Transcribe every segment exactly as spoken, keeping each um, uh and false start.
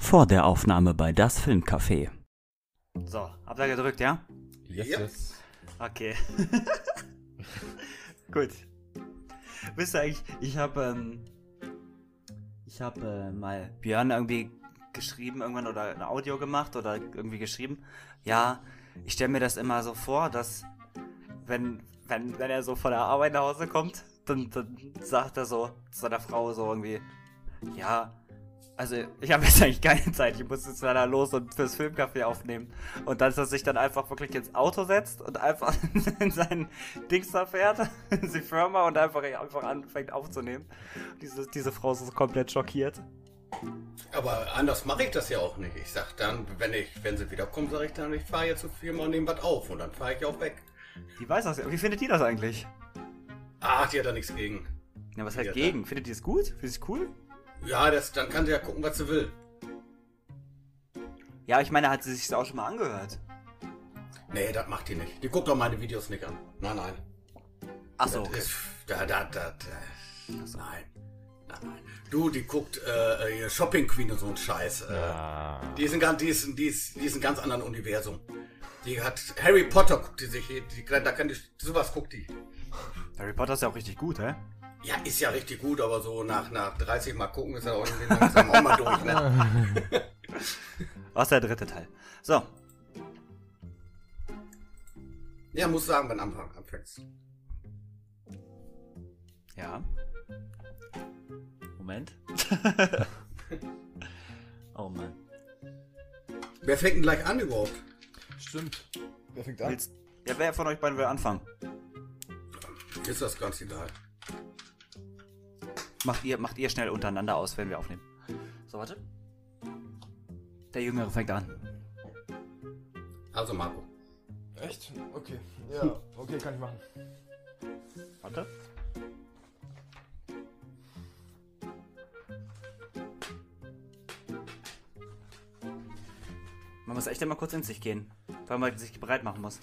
vor der Aufnahme bei Das Filmcafé. So, habt ihr gedrückt, ja? Yes, Ja. yes. Okay. Gut. Wisst ihr eigentlich, ich habe ähm, ich habe äh, mal Björn irgendwie geschrieben irgendwann oder ein Audio gemacht oder irgendwie geschrieben. Ja, ich stelle mir das immer so vor, dass wenn, wenn, wenn er so von der Arbeit nach Hause kommt, dann, dann sagt er so zu seiner Frau so irgendwie, ja, also ich habe jetzt eigentlich keine Zeit, ich muss jetzt leider los und fürs Filmcafé aufnehmen. Und dass er sich dann einfach wirklich ins Auto setzt und einfach in seinen Dings da fährt, in die Firma und einfach, einfach anfängt aufzunehmen. Diese, diese Frau ist so komplett schockiert. Aber anders mache ich das ja auch nicht. Ich sag dann, wenn ich, wenn sie wiederkommen, sage ich dann, ich fahre jetzt zur Firma und nehme was auf und dann fahre ich auch weg. Die weiß das ja. Wie findet die das eigentlich? Ach, die hat da nichts gegen. Ja, was Die heißt hat gegen? Findet die es gut? Findet sie es cool? Ja, das, dann kann sie ja gucken, was sie will. Ja, ich meine, hat sie sich das auch schon mal angehört? Nee, das macht die nicht. Die guckt doch meine Videos nicht an. Nein, nein. Achso, Das okay. ist, da, da, da, da. Nein. Nein, nein. Du, die guckt äh, hier Shopping Queen und so ein Scheiß. Äh, Ah. Die ist in ganz, die ist, die ist, die ist in ganz anderen Universum. Die hat Harry Potter guckt die sich, die, da kann die, sowas guckt die. Harry Potter ist ja auch richtig gut, hä? Ja, ist ja richtig gut, aber so nach, nach dreißig Mal gucken ist ja auch irgendwie langsam auch mal durch, ne? Was ist der dritte Teil? So, Ja, muss sagen, wenn du Anfang anfängst. ja. Moment. Oh Mann. Wer fängt denn gleich an überhaupt? Stimmt. Wer fängt an? Willst, ja, wer von euch beiden will anfangen? Ist das ganz egal. Macht ihr, macht ihr schnell untereinander aus, wenn wir aufnehmen. So, warte. Der Jüngere fängt an. Also Marco. Echt? Okay. Ja, okay, kann ich machen. Warte. Man muss echt immer kurz in sich gehen, weil man sich bereit machen muss.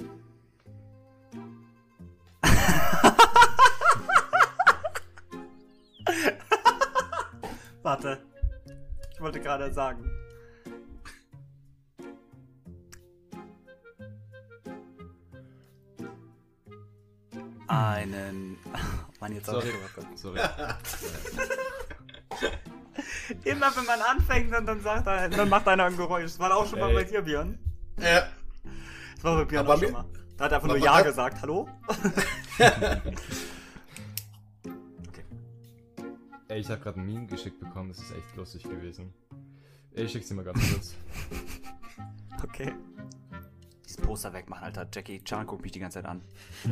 Warte. Ich wollte gerade sagen. Einen. Oh Mann, jetzt Sorry. auch Sorry. Immer wenn man anfängt und dann sagt er, dann macht einer ein Geräusch. Das war auch schon mal Ey. bei dir, Björn. Ja. Das war bei Björn Aber auch schon mir- mal. Da hat er einfach Aber nur Ja was- gesagt. Hallo? Ey, ich habe gerade ein Meme geschickt bekommen, das ist echt lustig gewesen. Ich schick's dir mal ganz kurz. Okay. Dieses Poster wegmachen, Alter. Jackie Chan guckt mich die ganze Zeit an.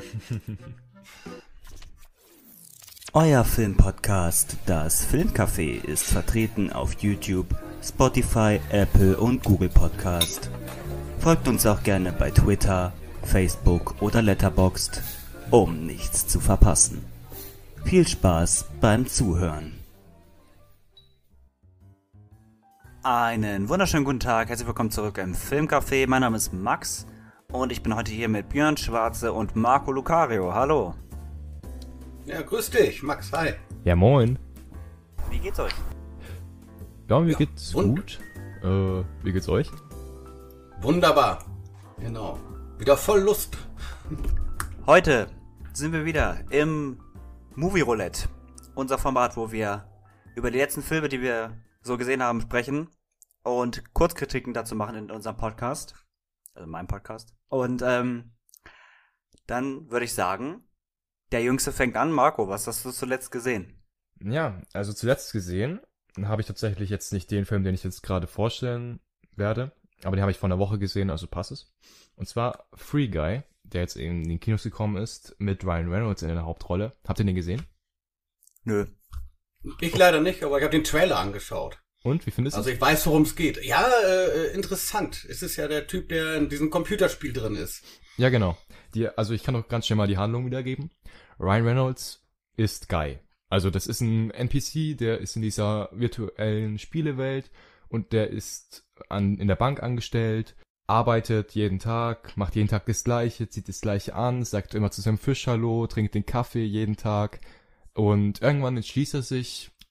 Euer Filmpodcast, das Filmcafé, ist vertreten auf YouTube, Spotify, Apple und Google Podcast. Folgt uns auch gerne bei Twitter, Facebook oder Letterboxd, um nichts zu verpassen. Viel Spaß beim Zuhören. Einen wunderschönen guten Tag, herzlich willkommen zurück im Filmcafé. Mein Name ist Max und ich bin heute hier mit Björn Schwarze und Marco Lucario. Hallo. Ja, grüß dich, Max, hi. Ja, moin. Wie geht's euch? Ja, mir Ja, geht's und? gut. Äh, wie geht's euch? Wunderbar. Genau. Wieder voll Lust. Heute sind wir wieder im Movie Roulette. Unser Format, wo wir über die letzten Filme, die wir so gesehen haben, sprechen und Kurzkritiken dazu machen in unserem Podcast. Also meinem Podcast. Und ähm, dann würde ich sagen, der Jüngste fängt an. Marco, was hast du zuletzt gesehen? Ja, also zuletzt gesehen habe ich tatsächlich jetzt nicht den Film, den ich jetzt gerade vorstellen werde, aber den habe ich vor einer Woche gesehen, also passt es. Und zwar Free Guy, der jetzt in den Kinos gekommen ist, mit Ryan Reynolds in der Hauptrolle. Habt ihr den gesehen? Nö. Ich leider nicht, aber ich habe den Trailer angeschaut. Und, wie findest du Also ich weiß, worum es geht. Ja, äh, interessant. Es ist ja der Typ, der in diesem Computerspiel drin ist. Ja, genau. Die, also ich kann auch ganz schnell mal die Handlung wiedergeben. Ryan Reynolds ist Guy. Also das ist ein N P C, der ist in dieser virtuellen Spielewelt und der ist an, in der Bank angestellt, arbeitet jeden Tag, macht jeden Tag das Gleiche, zieht das Gleiche an, sagt immer zu seinem Fisch Hallo, trinkt den Kaffee jeden Tag und irgendwann entschließt er sich,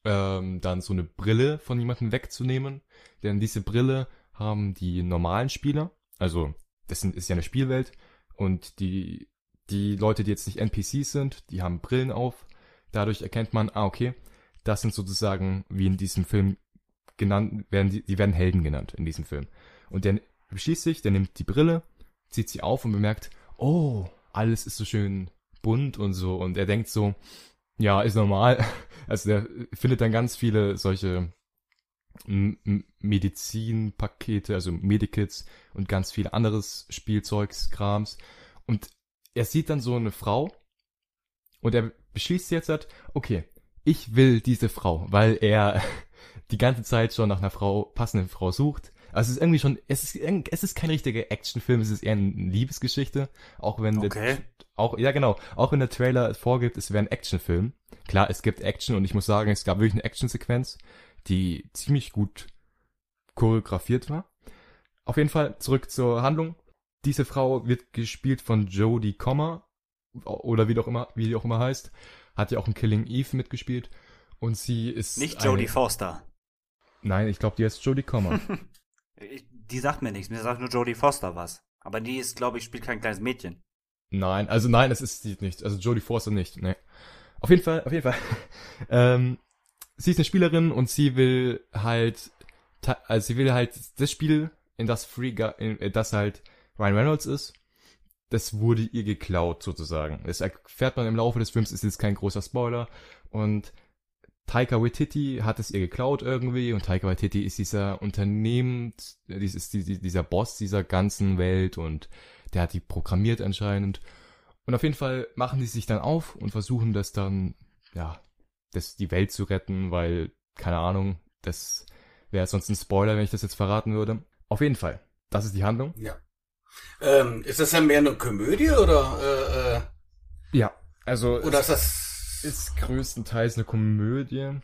ähm, dann so eine Brille von jemandem wegzunehmen. Denn diese Brille haben die normalen Spieler, also das sind, ist ja eine Spielwelt, und die, die Leute, die jetzt nicht N P Cs sind, die haben Brillen auf. Dadurch erkennt man, ah, okay, das sind sozusagen, wie in diesem Film genannt, werden die, die werden Helden genannt in diesem Film. Und der beschließt sich, der nimmt die Brille, zieht sie auf und bemerkt, oh, alles ist so schön bunt und so. Und er denkt so, ja, ist normal. Also der findet dann ganz viele solche M- M- Medizinpakete, also Medikits und ganz viel anderes Spielzeugs, Krams. Und er sieht dann so eine Frau und er beschließt jetzt halt, okay, ich will diese Frau, weil er die ganze Zeit schon nach einer Frau, passenden Frau sucht. Also es ist irgendwie schon, es ist, es ist kein richtiger Actionfilm, es ist eher eine Liebesgeschichte, auch wenn Okay. der, auch, ja genau, auch wenn der Trailer vorgibt, es wäre ein Actionfilm. Klar, es gibt Action und ich muss sagen, es gab wirklich eine Actionsequenz, die ziemlich gut choreografiert war. Auf jeden Fall zurück zur Handlung. Diese Frau wird gespielt von Jodie Comer, oder wie auch immer, wie die auch immer heißt, hat ja auch in Killing Eve mitgespielt und sie ist Nicht eine, Jodie Foster. Nein, ich glaube, die heißt Jodie Comer. Ich- Die sagt mir nichts, mir sagt nur Jodie Foster was. Aber die ist, glaube ich, spielt kein kleines Mädchen. Nein, also nein, es ist sie nicht. Also Jodie Foster nicht. Nee. Auf jeden Fall, auf jeden Fall. ähm, sie ist eine Spielerin und sie will halt, ta- also sie will halt das Spiel, in das Free, Gu- in äh, das halt Ryan Reynolds ist, das wurde ihr geklaut sozusagen. Das erfährt man im Laufe des Films, ist jetzt kein großer Spoiler. Und Taika Waititi hat es ihr geklaut irgendwie und Taika Waititi ist dieser Unternehmen, dies ist die, die, dieser Boss dieser ganzen Welt und der hat die programmiert anscheinend. Und auf jeden Fall machen die sich dann auf und versuchen das dann, ja, das, die Welt zu retten, weil, keine Ahnung, das wäre sonst ein Spoiler, wenn ich das jetzt verraten würde. Auf jeden Fall, das ist die Handlung. Ja. Ähm, ist das dann mehr eine Komödie oder äh, äh, Ja, also oder es ist das ist größtenteils eine Komödie.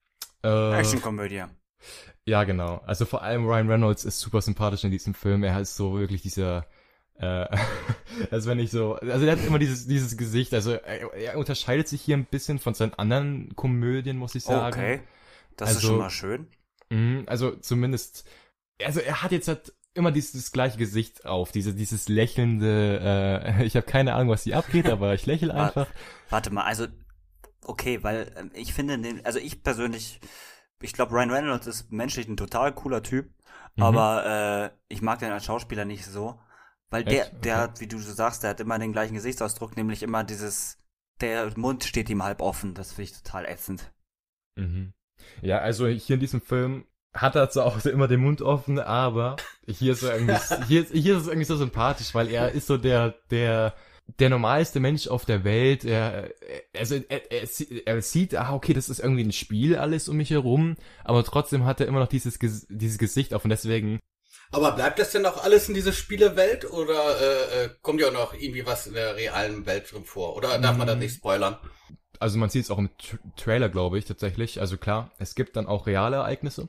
Äh, Actionkomödie. Ja, genau. Also vor allem Ryan Reynolds ist super sympathisch in diesem Film. Er ist so wirklich dieser, äh, also wenn ich so, also er hat immer dieses dieses Gesicht. Also er, er unterscheidet sich hier ein bisschen von seinen anderen Komödien, muss ich sagen. Okay. Das ist Also- schon mal schön. Mhm, also zumindest, also er hat jetzt halt immer dieses gleiche Gesicht auf, diese dieses lächelnde, äh, ich habe keine Ahnung, was hier abgeht, aber ich lächle Wa- einfach. Warte mal, also, okay, weil ähm, ich finde, den, also ich persönlich, ich glaube, Ryan Reynolds ist menschlich ein total cooler Typ, Mhm. aber äh, ich mag den als Schauspieler nicht so, weil der, Echt? der Okay. hat, wie du so sagst, der hat immer den gleichen Gesichtsausdruck, nämlich immer dieses, der Mund steht ihm halb offen, das finde ich total ätzend. Mhm. Ja, also hier in diesem Film hat er zwar auch so immer den Mund offen, aber hier ist er irgendwie, hier, ist- hier ist es irgendwie so sympathisch, weil er ist so der, der, der normalste Mensch auf der Welt. Er, er- also er, er, sie- er sieht, ah, okay, das ist irgendwie ein Spiel alles um mich herum, aber trotzdem hat er immer noch dieses, Ges- dieses Gesicht auf und deswegen, Aber bleibt das denn auch alles in dieser Spielewelt oder äh, äh, kommt ja auch noch irgendwie was in der realen Welt drin vor? Oder darf man das nicht spoilern? also man sieht es auch im Tra- Trailer, glaube ich, tatsächlich. Also klar, es gibt dann auch reale Ereignisse.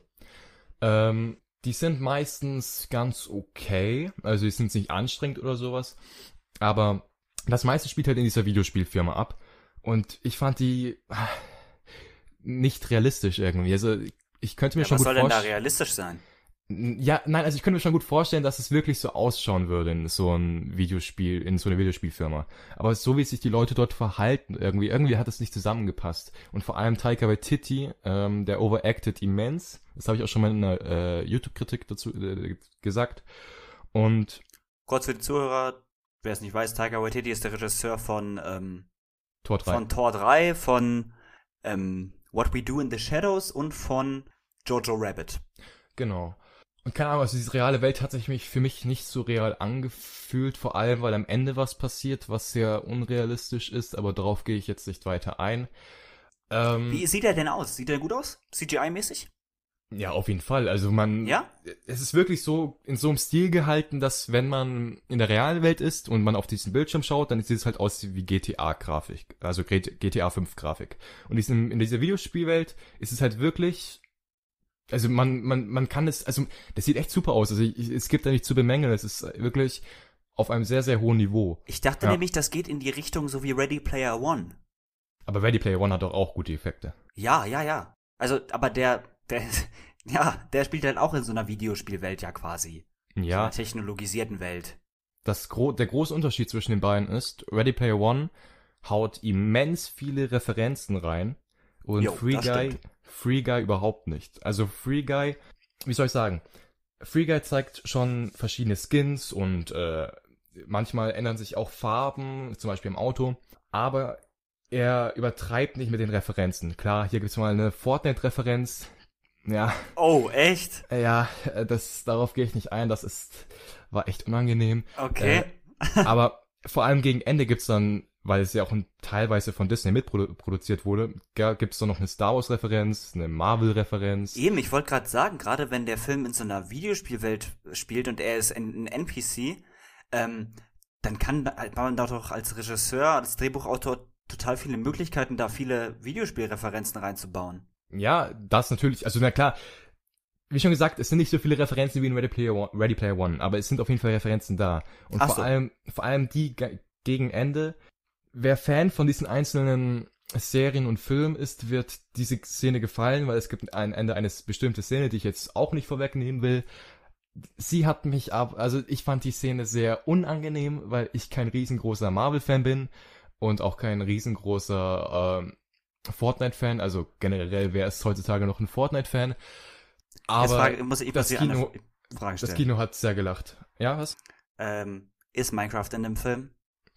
Ähm, die sind meistens ganz okay. Also die sind nicht anstrengend oder sowas. Aber das meiste spielt halt in dieser Videospielfirma ab. Und ich fand die ah, nicht realistisch irgendwie. Also ich könnte mir Ja, schon was gut soll denn da vorstellen. realistisch sein? Ja, nein, also ich könnte mir schon gut vorstellen, dass es wirklich so ausschauen würde in so ein Videospiel, in so eine Videospielfirma. Aber so wie sich die Leute dort verhalten, irgendwie, irgendwie hat es nicht zusammengepasst. Und vor allem Taika Waititi, ähm, der overacted immens. Das habe ich auch schon mal in einer äh, YouTube-Kritik dazu äh, gesagt. Und Kurz für die Zuhörer, wer es nicht weiß, Taika Waititi ist der Regisseur von, ähm, Tor drei. von Tor drei, von ähm, What We Do in the Shadows und von Jojo Rabbit. Genau. Und keine Ahnung, also diese reale Welt hat sich mich für mich nicht so real angefühlt, vor allem, weil am Ende was passiert, was sehr unrealistisch ist, aber darauf gehe ich jetzt nicht weiter ein. Ähm, Wie sieht er denn aus? Sieht er gut aus? C G I-mäßig? Ja, auf jeden Fall. Also man, Ja? es ist wirklich so in so einem Stil gehalten, dass wenn man in der realen Welt ist und man auf diesen Bildschirm schaut, dann sieht es halt aus wie G T A-Grafik, also G T A fünf Grafik. Und diesen, in dieser Videospielwelt ist es halt wirklich, also man, man, man kann es, also das sieht echt super aus. Also ich, es gibt da nicht zu bemängeln. Es ist wirklich auf einem sehr, sehr hohen Niveau. Ich dachte Ja. nämlich, das geht in die Richtung so wie Ready Player One. Aber Ready Player One hat doch auch gute Effekte. Ja, ja, ja. Also, aber der, der, ja, der spielt halt auch in so einer Videospielwelt ja quasi. So Ja, einer technologisierten Welt. das gro der große Unterschied zwischen den beiden ist, Ready Player One haut immens viele Referenzen rein und Jo, Free das Guy, stimmt. Free Guy überhaupt nicht. Also Free Guy, wie soll ich sagen? Free Guy zeigt schon verschiedene Skins und äh, manchmal ändern sich auch Farben, zum Beispiel im Auto, aber er übertreibt nicht mit den Referenzen. Klar, hier gibt's mal eine Fortnite-Referenz. Ja, Oh, echt? äh, ja, äh, das, darauf gehe ich nicht ein, das ist, war echt unangenehm. Okay. Äh, aber vor allem gegen Ende gibt's dann, weil es ja auch ein, teilweise von Disney mitproduziert wurde, ja, gibt's dann noch eine Star Wars Referenz, eine Marvel Referenz. Eben, ich wollte gerade sagen, gerade wenn der Film in so einer Videospielwelt spielt und er ist ein, ein N P C, ähm, dann kann da- hat man da doch als Regisseur, als Drehbuchautor total viele Möglichkeiten, da viele Videospielreferenzen reinzubauen. Ja, das natürlich, also na klar, wie schon gesagt, es sind nicht so viele Referenzen wie in Ready Player One, Ready Player One, aber es sind auf jeden Fall Referenzen da. Und Ach vor so. allem, vor allem die ge gegen Ende. Wer Fan von diesen einzelnen Serien und Filmen ist, wird diese Szene gefallen, weil es gibt ein Ende eine bestimmte Szene, die ich jetzt auch nicht vorwegnehmen will. Sie hat mich ab, also ich fand die Szene sehr unangenehm, weil ich kein riesengroßer Marvel-Fan bin und auch kein riesengroßer ähm, Fortnite-Fan. Also generell, wer ist heutzutage noch ein Fortnite-Fan? Jetzt Aber frage, muss ich das muss hier Kino, eine Frage das stellen. Kino hat sehr gelacht. Ja, was? Ähm, ist Minecraft in dem Film?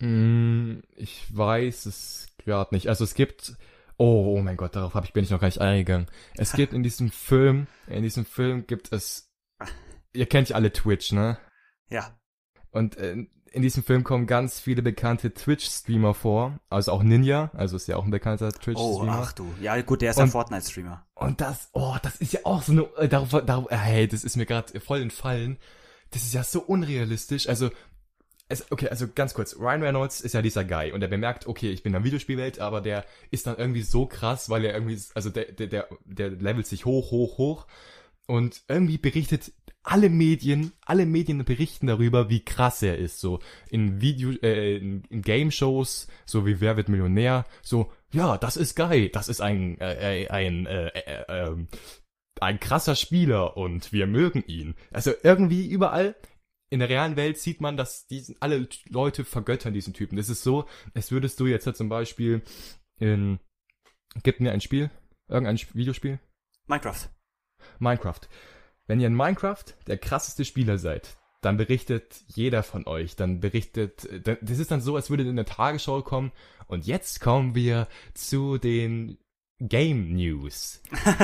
Hm, ich weiß es gerade nicht. Also es gibt, oh, oh mein Gott, darauf hab ich, bin ich noch gar nicht eingegangen. Es gibt in diesem Film, in diesem Film gibt es, ihr kennt ja alle Twitch, ne? Ja. Und äh, in diesem Film kommen ganz viele bekannte Twitch-Streamer vor. Also auch Ninja, also ist ja auch ein bekannter Oh, Twitch-Streamer. ach du. Ja, gut, der ist ja Und- Fortnite-Streamer. Und das, oh, das ist ja auch so eine, äh, darauf, darauf, äh, hey, das ist mir gerade voll entfallen. Das ist ja so unrealistisch. Also, es, okay, also ganz kurz. Ryan Reynolds ist ja dieser Guy und er bemerkt, okay, ich bin in der Videospielwelt, aber der ist dann irgendwie so krass, weil er irgendwie, also der, der, der, der levelt sich hoch, hoch, hoch und irgendwie berichtet alle Medien, alle Medien berichten darüber, wie krass er ist, so in Video, äh, in, in Game-Shows, so wie Wer wird Millionär, so, ja, das ist Guy, das ist ein, äh, äh, ein, äh, äh, äh, ein krasser Spieler und wir mögen ihn. Also irgendwie überall in der realen Welt sieht man, dass diesen, alle Leute vergöttern diesen Typen. Das ist so, als würdest du jetzt halt zum Beispiel in, gib mir ein Spiel, irgendein Sp- Videospiel, Minecraft. Minecraft. Wenn ihr in Minecraft der krasseste Spieler seid, dann berichtet jeder von euch, dann berichtet, dann- das ist dann so, als würde in der Tagesschau kommen und jetzt kommen wir zu den Game News.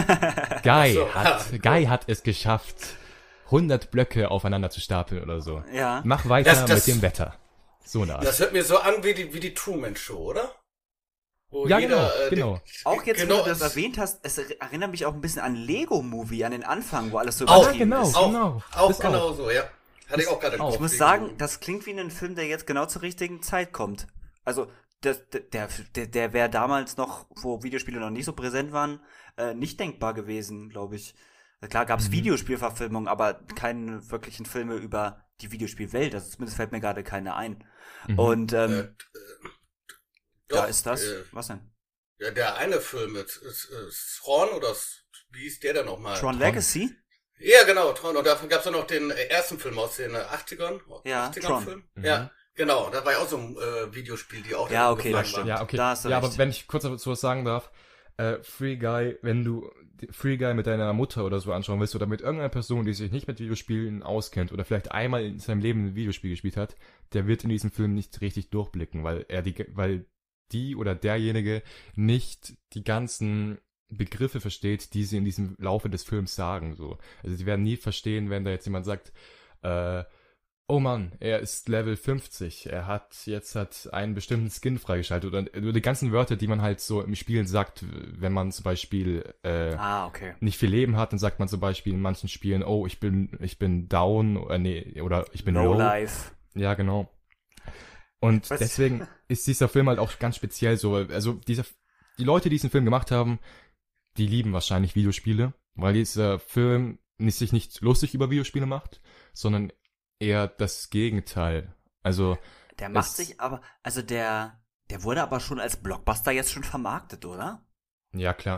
Guy So, hat, ja. Guy hat es geschafft, hundert Blöcke aufeinander zu stapeln oder so. Ja. Mach weiter Das- das- mit dem Wetter. So eine Art. Das hört mir so an wie die, wie die Truman Show, oder? Wo Ja, jeder, genau, äh, genau. Auch jetzt, genau, wo du das es- erwähnt hast, es erinnert mich auch ein bisschen an Lego-Movie, an den Anfang, wo alles so Auch, übertrieben genau. ist. Auch, Genau, auch das genau auch. so, ja. Hatte ich auch gerade im auch. Kopf. Ich muss wegen- sagen, das klingt wie ein Film, der jetzt genau zur richtigen Zeit kommt. Also, der, der, der, der wäre damals noch, wo Videospiele noch nicht so präsent waren, äh, nicht denkbar gewesen, glaube ich. Klar gab es Mhm. Videospielverfilmungen, aber keine wirklichen Filme über die Videospielwelt. Also zumindest fällt mir gerade keine ein. Mhm. Und ähm, Äh, äh, da doch, ist das. Äh, Was denn? ja, der eine Film mit ist, ist Thrawn oder s- wie hieß der denn nochmal? Tron Tron. Legacy? Ja, genau, Tron. Und davon gab es ja noch den äh, ersten Film aus den äh, achtzigern. Ja, Tron. Film. Mhm. Ja, genau. Da war ja auch so ein äh, Videospiel, die auch Ja, dann okay, gefallen das stimmt. waren. Ja, okay. Da hast du ja, recht. aber wenn ich kurz dazu was sagen darf, äh, Free Guy, wenn du Free Guy mit deiner Mutter oder so anschauen willst oder mit irgendeiner Person, die sich nicht mit Videospielen auskennt oder vielleicht einmal in seinem Leben ein Videospiel gespielt hat, der wird in diesem Film nicht richtig durchblicken, weil er die, weil die oder derjenige nicht die ganzen Begriffe versteht, die sie in diesem Laufe des Films sagen, so. Also die werden nie verstehen, wenn da jetzt jemand sagt, äh, oh Mann, er ist Level fünfzig, er hat jetzt hat einen bestimmten Skin freigeschaltet oder nur die ganzen Wörter, die man halt so im Spielen sagt, wenn man zum Beispiel äh, Ah, okay. nicht viel Leben hat, dann sagt man zum Beispiel in manchen Spielen, oh, ich bin ich bin down oder nee, oder ich bin Low low. Life. Ja, genau. Und Was? deswegen ist dieser Film halt auch ganz speziell so, also dieser die Leute, die diesen Film gemacht haben, die lieben wahrscheinlich Videospiele, weil dieser Film nicht, sich nicht lustig über Videospiele macht, sondern eher das Gegenteil. Also, Der macht Es- sich aber, also der, der wurde aber schon als Blockbuster jetzt schon vermarktet, oder? ja klar.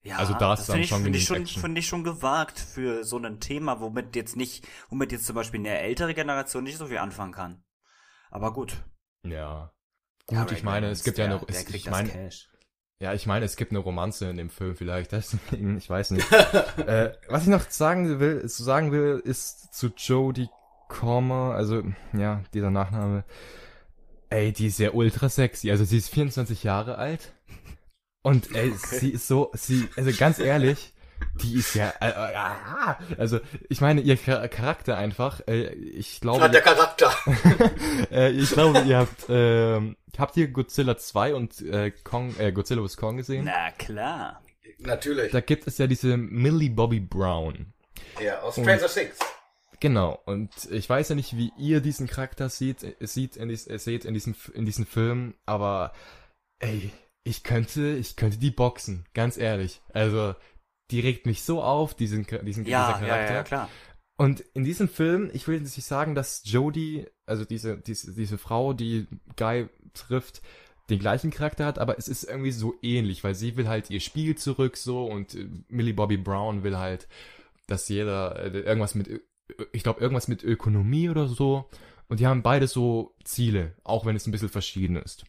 Ja, also da ist das dann finde ich, schon find ich genug schon, Action. finde ich schon gewagt für so ein Thema, womit jetzt nicht, womit jetzt zum Beispiel eine ältere Generation nicht so viel anfangen kann. Aber gut. Ja. Ja, Gut, ich Ryan meine, Reynolds, es gibt ja der, eine, der es, kriegt ich das meine, Cash. ja, ich meine, es gibt eine Romanze in dem Film vielleicht, deswegen, ich weiß nicht. äh, was ich noch sagen will, ist, sagen will, ist zu Jodie Comer, also, ja, dieser Nachname. Ey, die ist ja ultra sexy, also sie ist vierundzwanzig Jahre alt. Und ey, Okay. sie ist so, sie, also ganz ehrlich, die ist ja, äh, äh, ah, also ich meine, ihr Char- Charakter einfach, äh, ich glaube, Hat der Charakter. äh, ich glaube, ihr habt, ähm, habt ihr Godzilla zwei und äh, Kong, äh, Godzilla vs. Kong gesehen? Na klar. Natürlich. Da gibt es ja diese Millie Bobby Brown. Ja, aus Und- Stranger Things. Genau, und ich weiß ja nicht, wie ihr diesen Charakter seht, äh, sieht in dies, äh, seht in diesem, in diesem Film, aber ey, ich könnte, ich könnte die boxen, ganz ehrlich. Also, die regt mich so auf, diesen, diesen, Ja, dieser ja, Charakter. ja, klar. Und in diesem Film, ich will jetzt nicht sagen, dass Jodie, also diese, diese, diese Frau, die Guy trifft, den gleichen Charakter hat, aber es ist irgendwie so ähnlich, weil sie will halt ihr Spiel zurück so und äh, Millie Bobby Brown will halt, dass jeder äh, irgendwas mit, Ö- ich glaube irgendwas mit Ökonomie oder so, und die haben beide so Ziele, auch wenn es ein bisschen verschieden ist.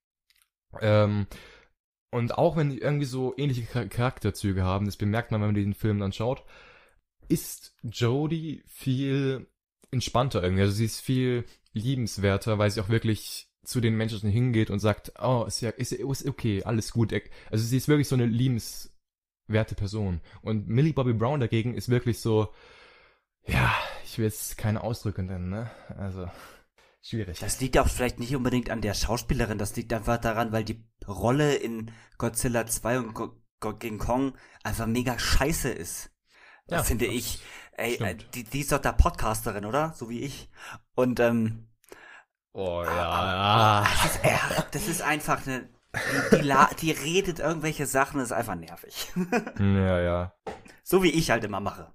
Ähm, und auch wenn die irgendwie so ähnliche Char- Charakterzüge haben, das bemerkt man, wenn man den Film dann schaut, ist Jodie viel entspannter irgendwie. Also sie ist viel liebenswerter, weil sie auch wirklich zu den Menschen hingeht und sagt, oh, ist ja, ist, ist okay, alles gut. Also sie ist wirklich so eine liebenswerte Person. Und Millie Bobby Brown dagegen ist wirklich so, ja, ich will jetzt keine Ausdrücke nennen, ne? Also, schwierig. Das liegt auch vielleicht nicht unbedingt an der Schauspielerin, das liegt einfach daran, weil die Rolle in Godzilla zwei und Go Go gegen Kong einfach mega scheiße ist. Ja, finde das ich. Ey, äh, stimmt. die, die ist doch da Podcasterin, oder? So wie ich. Und, ähm, Oh ja, das ist, äh, das ist einfach eine, die, die, la die redet irgendwelche Sachen, das ist einfach nervig. ja, ja. So wie ich halt immer mache.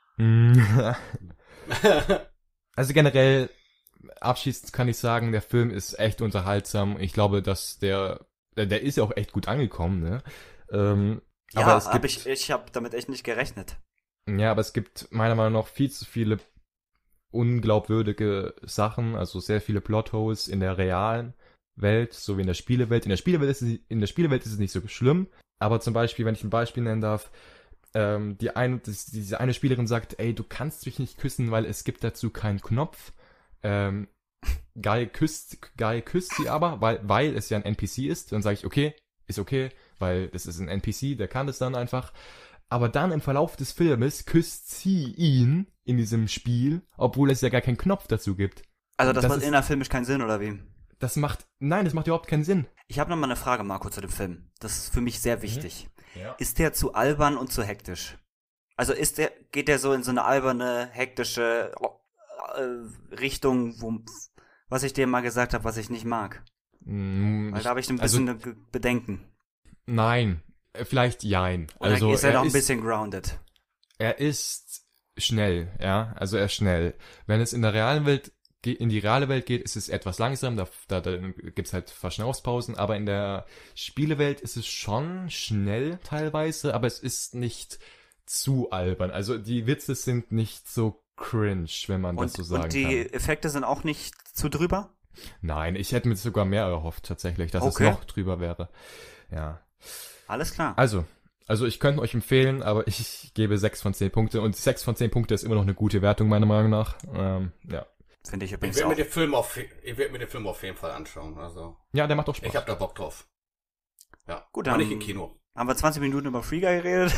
Also generell, abschließend kann ich sagen, der Film ist echt unterhaltsam. Ich glaube, dass der, der, der ist ja auch echt gut angekommen, ne? Ähm, Ja, aber es aber gibt, ich, ich habe damit echt nicht gerechnet. ja, aber es gibt meiner Meinung nach viel zu viele unglaubwürdige Sachen, also sehr viele Plotholes in der realen Welt, so wie in der Spielewelt. In der Spielewelt ist es, in der Spielewelt ist es nicht so schlimm, aber zum Beispiel, wenn ich ein Beispiel nennen darf, ähm, die eine, das, diese eine Spielerin sagt, ey, du kannst mich nicht küssen, weil es gibt dazu keinen Knopf. Ähm, Guy küsst, Guy küsst sie aber, weil, weil es ja ein N P C ist. Dann sage ich, okay, ist okay, weil das ist ein N P C, der kann das dann einfach. Aber dann im Verlauf des Filmes küsst sie ihn in diesem Spiel, obwohl es ja gar keinen Knopf dazu gibt. Also das, Das macht ist- innerfilmisch keinen Sinn, oder wie? Das macht, nein, das macht überhaupt keinen Sinn. Ich habe noch mal eine Frage, Marco, zu dem Film. Das ist für mich sehr wichtig. Ja. Ist der zu albern und zu hektisch? Also ist der, geht der so in so eine alberne, hektische äh, Richtung, wo, was ich dir mal gesagt habe, was ich nicht mag? Mm, Weil da habe ich ein also- bisschen Ge- Bedenken. Nein, äh, vielleicht jein. Oder Also ist er, er noch ein ist, bisschen grounded? er ist schnell, ja, also er ist schnell. Wenn es in der realen Welt ge- in die reale Welt geht, ist es etwas langsam, da, da, da gibt's halt Verschnaufspausen, aber in der Spielewelt ist es schon schnell teilweise, aber es ist nicht zu albern. Also die Witze sind nicht so cringe, wenn man das Und, so sagen und die kann. Effekte sind auch nicht zu drüber? Nein, ich hätte mir sogar mehr erhofft tatsächlich, dass Okay. es noch drüber wäre. Ja. Alles klar. Also, also ich könnte euch empfehlen, aber ich gebe sechs von zehn Punkte und sechs von zehn Punkte ist immer noch eine gute Wertung, meiner Meinung nach. Ähm, ja. Finde ich Ich übrigens werde auch. mir den Film auf, ich werde mir den Film auf jeden Fall anschauen. Also Ja, der macht auch Spaß. ich habe da Bock drauf. Ja, Gut, aber dann- nicht im Kino. Haben wir zwanzig Minuten über Free Guy geredet?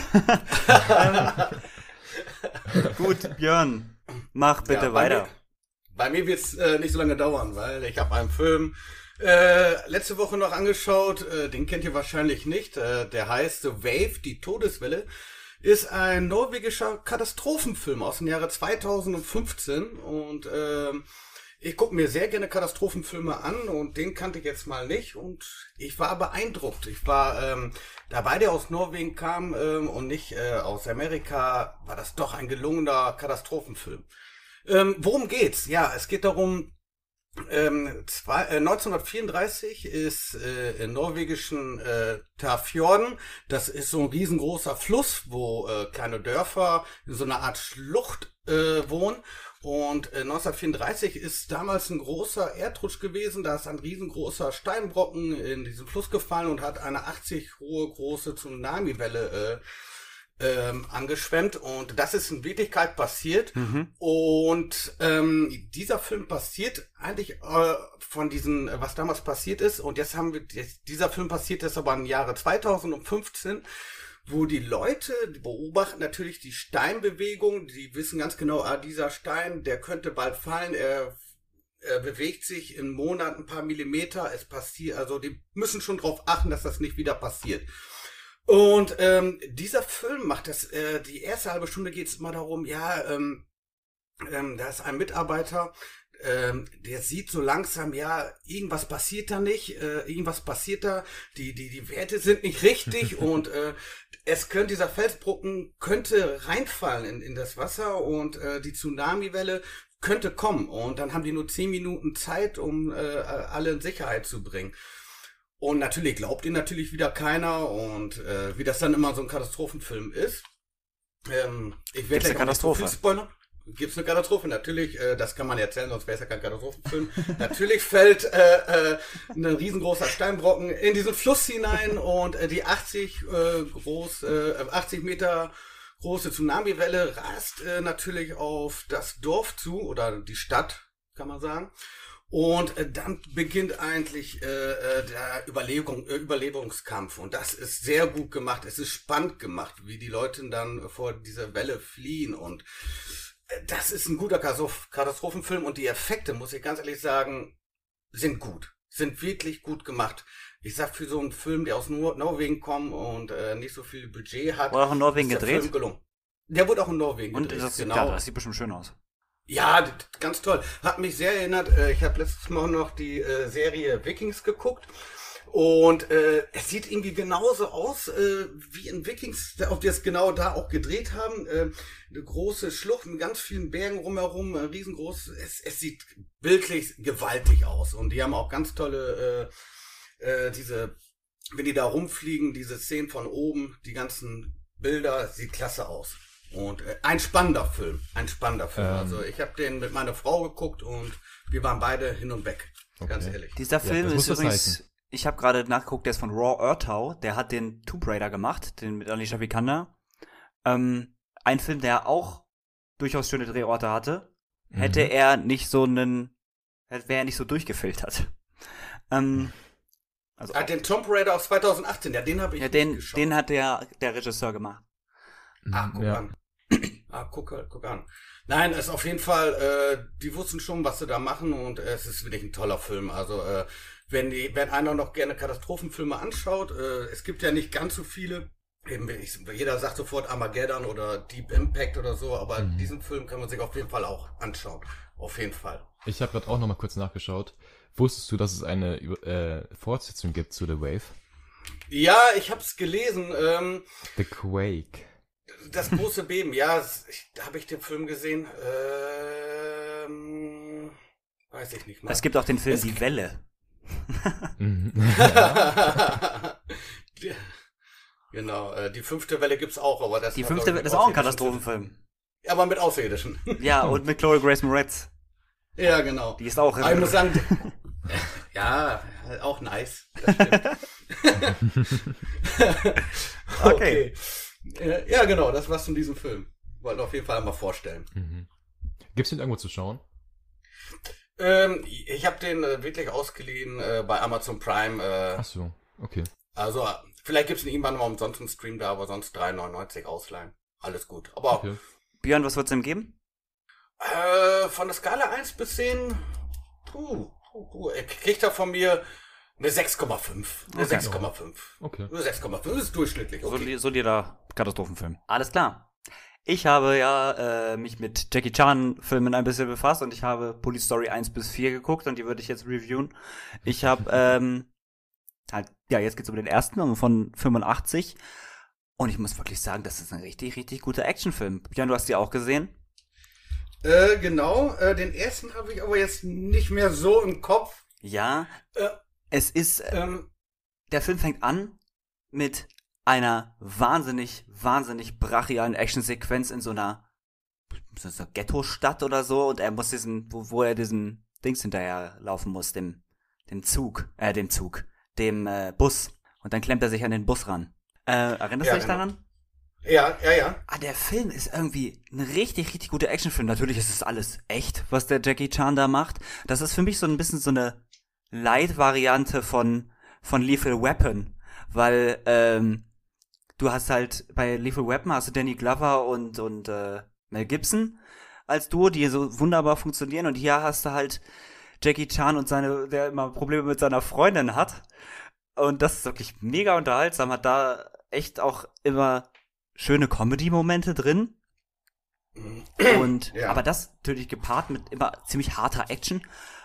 Gut, Björn, mach bitte Ja, bei weiter. Mir, bei mir wird's äh, nicht so lange dauern, weil ich habe einen Film äh, letzte Woche noch angeschaut. Äh, den kennt ihr wahrscheinlich nicht. Äh, der heißt The Wave, die Todeswelle. Ist ein norwegischer Katastrophenfilm aus dem Jahre zweitausendfünfzehn und ähm, ich gucke mir sehr gerne Katastrophenfilme an und den kannte ich jetzt mal nicht und ich war beeindruckt. Ich war, ähm, da beide aus Norwegen kamen ähm, und nicht äh, aus Amerika, war das doch ein gelungener Katastrophenfilm. Ähm, worum geht's? Ja, es geht darum, Ähm, zwei, äh, neunzehnhundertvierunddreißig ist äh, in norwegischen äh, Tafjorden, das ist so ein riesengroßer Fluss, wo äh, kleine Dörfer in so einer Art Schlucht äh, wohnen. Und äh, neunzehnhundertvierunddreißig ist damals ein großer Erdrutsch gewesen, da ist ein riesengroßer Steinbrocken in diesen Fluss gefallen und hat eine achtzig hohe große Tsunamiwelle äh, ähm, angeschwemmt, und das ist in Wirklichkeit passiert. Mhm. Und ähm, dieser Film passiert eigentlich äh, von diesen, äh, was damals passiert ist, und jetzt haben wir, jetzt, dieser Film passiert jetzt aber im Jahre zweitausendfünfzehn, wo die Leute, die beobachten natürlich die Steinbewegung, die wissen ganz genau, ah, dieser Stein, der könnte bald fallen, er, er bewegt sich im Monat ein paar Millimeter, es passiert, also die müssen schon darauf achten, dass das nicht wieder passiert. Und ähm, dieser Film macht das, äh, die erste halbe Stunde geht es immer darum, ja, ähm, ähm, da ist ein Mitarbeiter, ähm, der sieht so langsam, ja, irgendwas passiert da nicht, äh, irgendwas passiert da, die, die, die Werte sind nicht richtig und äh, es könnte, dieser Felsbrocken könnte reinfallen in, in das Wasser, und äh, die Tsunamiwelle könnte kommen, und dann haben die nur zehn Minuten Zeit, um äh, alle in Sicherheit zu bringen. Und natürlich glaubt ihn natürlich wieder keiner, und äh, wie das dann immer so ein Katastrophenfilm ist. Ähm, ich werde eine Katastrophe. Nicht so viel spoilern. Gibt's eine Katastrophe? Natürlich, äh, das kann man erzählen, sonst wäre es ja kein Katastrophenfilm. Natürlich fällt äh, äh, ein riesengroßer Steinbrocken in diesen Fluss hinein, und äh, die achtzig äh, groß, äh, achtzig Meter große Tsunamiwelle rast äh, natürlich auf das Dorf zu, oder die Stadt, kann man sagen. Und äh, dann beginnt eigentlich äh, äh, der Überlegung, äh, Überlebungskampf. Und das ist sehr gut gemacht. Es ist spannend gemacht, wie die Leute dann vor dieser Welle fliehen. Und äh, das ist ein guter Katastrophenfilm. Und die Effekte, muss ich ganz ehrlich sagen, sind gut. Sind wirklich gut gemacht. Ich sag, für so einen Film, der aus Nor- Norwegen kommt und äh, nicht so viel Budget hat, Wurde auch in Norwegen ist der gedreht? Film gelungen. Der wurde auch in Norwegen Und gedreht, das, genau. ja, das sieht bestimmt schön aus. Ja, d- ganz toll. Hat mich sehr erinnert. äh, Ich habe letztes Mal noch die äh, Serie Vikings geguckt. Und äh, es sieht irgendwie genauso aus äh, wie in Vikings, ob die es genau da auch gedreht haben. Äh, eine große Schlucht mit ganz vielen Bergen rumherum, äh, riesengroß. Es, es sieht bildlich gewaltig aus. Und die haben auch ganz tolle, äh, äh, diese, wenn die da rumfliegen, diese Szenen von oben, die ganzen Bilder, sieht klasse aus. Und äh, ein spannender Film, ein spannender Film. Ähm. Also ich habe den mit meiner Frau geguckt, und wir waren beide hin und weg, ganz Okay. ehrlich. Dieser Film das ist muss was übrigens, heißen. ich habe gerade nachgeguckt, der ist von Raw Ertau, der hat den Tomb Raider gemacht, den mit Alicia Vikander. Ähm, ein Film, der auch durchaus schöne Drehorte hatte, hätte Mhm. er nicht so einen, wäre er nicht so durchgefiltert. Ähm, also Ah, den Tomb Raider aus zweitausendachtzehn, ja, den habe ich ja, nicht den, geschaut. den hat der, der Regisseur gemacht. Ah, guck ja. an. Ah, guck, guck an. Nein, es ist auf jeden Fall, äh, die wussten schon, was sie da machen, und äh, es ist wirklich ein toller Film. Also, äh, wenn die, wenn einer noch gerne Katastrophenfilme anschaut, äh, es gibt ja nicht ganz so viele. Eben, ich, jeder sagt sofort Armageddon oder Deep Impact oder so, aber Mhm. diesen Film kann man sich auf jeden Fall auch anschauen. Auf jeden Fall. Ich habe gerade auch noch mal kurz nachgeschaut. Wusstest du, dass es eine äh, Fortsetzung gibt zu The Wave? Ja, ich hab's gelesen. Ähm, The Quake. das große Beben, ja, es- ich, habe ich den Film gesehen? Ähm, weiß ich nicht mal. Es gibt auch den Film Es- Die Welle. Mhm. Genau, äh, die fünfte Welle gibt's auch, aber das Die war, fünfte glaub ich, Welle mit ist auch ein Außerirdischen Katastrophenfilm. zu- Aber mit Außerirdischen. Ja, und mit Chloe Grace Moretz. Ja, genau. Die ist auch Aber ich muss sagen, ja, auch nice. Das stimmt. Okay. Äh, Ja, genau, das war's von diesem Film. Wollten auf jeden Fall einmal vorstellen. Mhm. Gibt's den irgendwo zu schauen? Ähm, ich habe den äh, wirklich ausgeliehen äh, bei Amazon Prime. Äh, Ach so, okay. also, äh, vielleicht gibt's ihn irgendwann mal umsonst im Stream da, aber sonst drei neunundneunzig ausleihen. Alles gut. Aber okay. Björn, was wird's ihm geben? äh, von der Skala eins bis zehn, puh, puh, puh, er kriegt er von mir eine sechs Komma fünf. Eine Okay. sechs Komma fünf. Okay. Eine sechs Komma fünf, das ist durchschnittlich. Okay. Soli- Solider Katastrophenfilm. Alles klar. Ich habe ja äh, mich mit Jackie Chan Filmen ein bisschen befasst und ich habe Police Story eins bis vier geguckt und die würde ich jetzt reviewen. Ich habe ähm, halt, ja, jetzt geht's um den ersten, um von fünfundachtzig. Und ich muss wirklich sagen, das ist ein richtig, richtig guter Actionfilm. Björn, du hast die auch gesehen? Äh, genau. Äh, den ersten habe ich aber jetzt nicht mehr so im Kopf. Ja, Äh, es ist, äh, ähm, der Film fängt an mit einer wahnsinnig, wahnsinnig brachialen Actionsequenz in so einer, so einer Ghetto-Stadt oder so und er muss diesen, wo, wo er diesen Dings hinterher laufen muss, dem, dem Zug, äh, dem Zug, dem äh, Bus. Und dann klemmt er sich an den Bus ran. Äh, erinnerst Ja, du dich genau. daran? ja, ja, ja. Ah, der Film ist irgendwie ein richtig, richtig guter Actionfilm. Natürlich ist es alles echt, was der Jackie Chan da macht. Das ist für mich so ein bisschen so eine Light-Variante von, von Lethal Weapon. Weil, ähm, du hast halt, bei Lethal Weapon hast du Danny Glover und, und, äh, Mel Gibson als Duo, die so wunderbar funktionieren. Und hier hast du halt Jackie Chan und seine, der immer Probleme mit seiner Freundin hat. Und das ist wirklich mega unterhaltsam. Hat da echt auch immer schöne Comedy-Momente drin. Und, Ja. aber das natürlich gepaart mit immer ziemlich harter Action.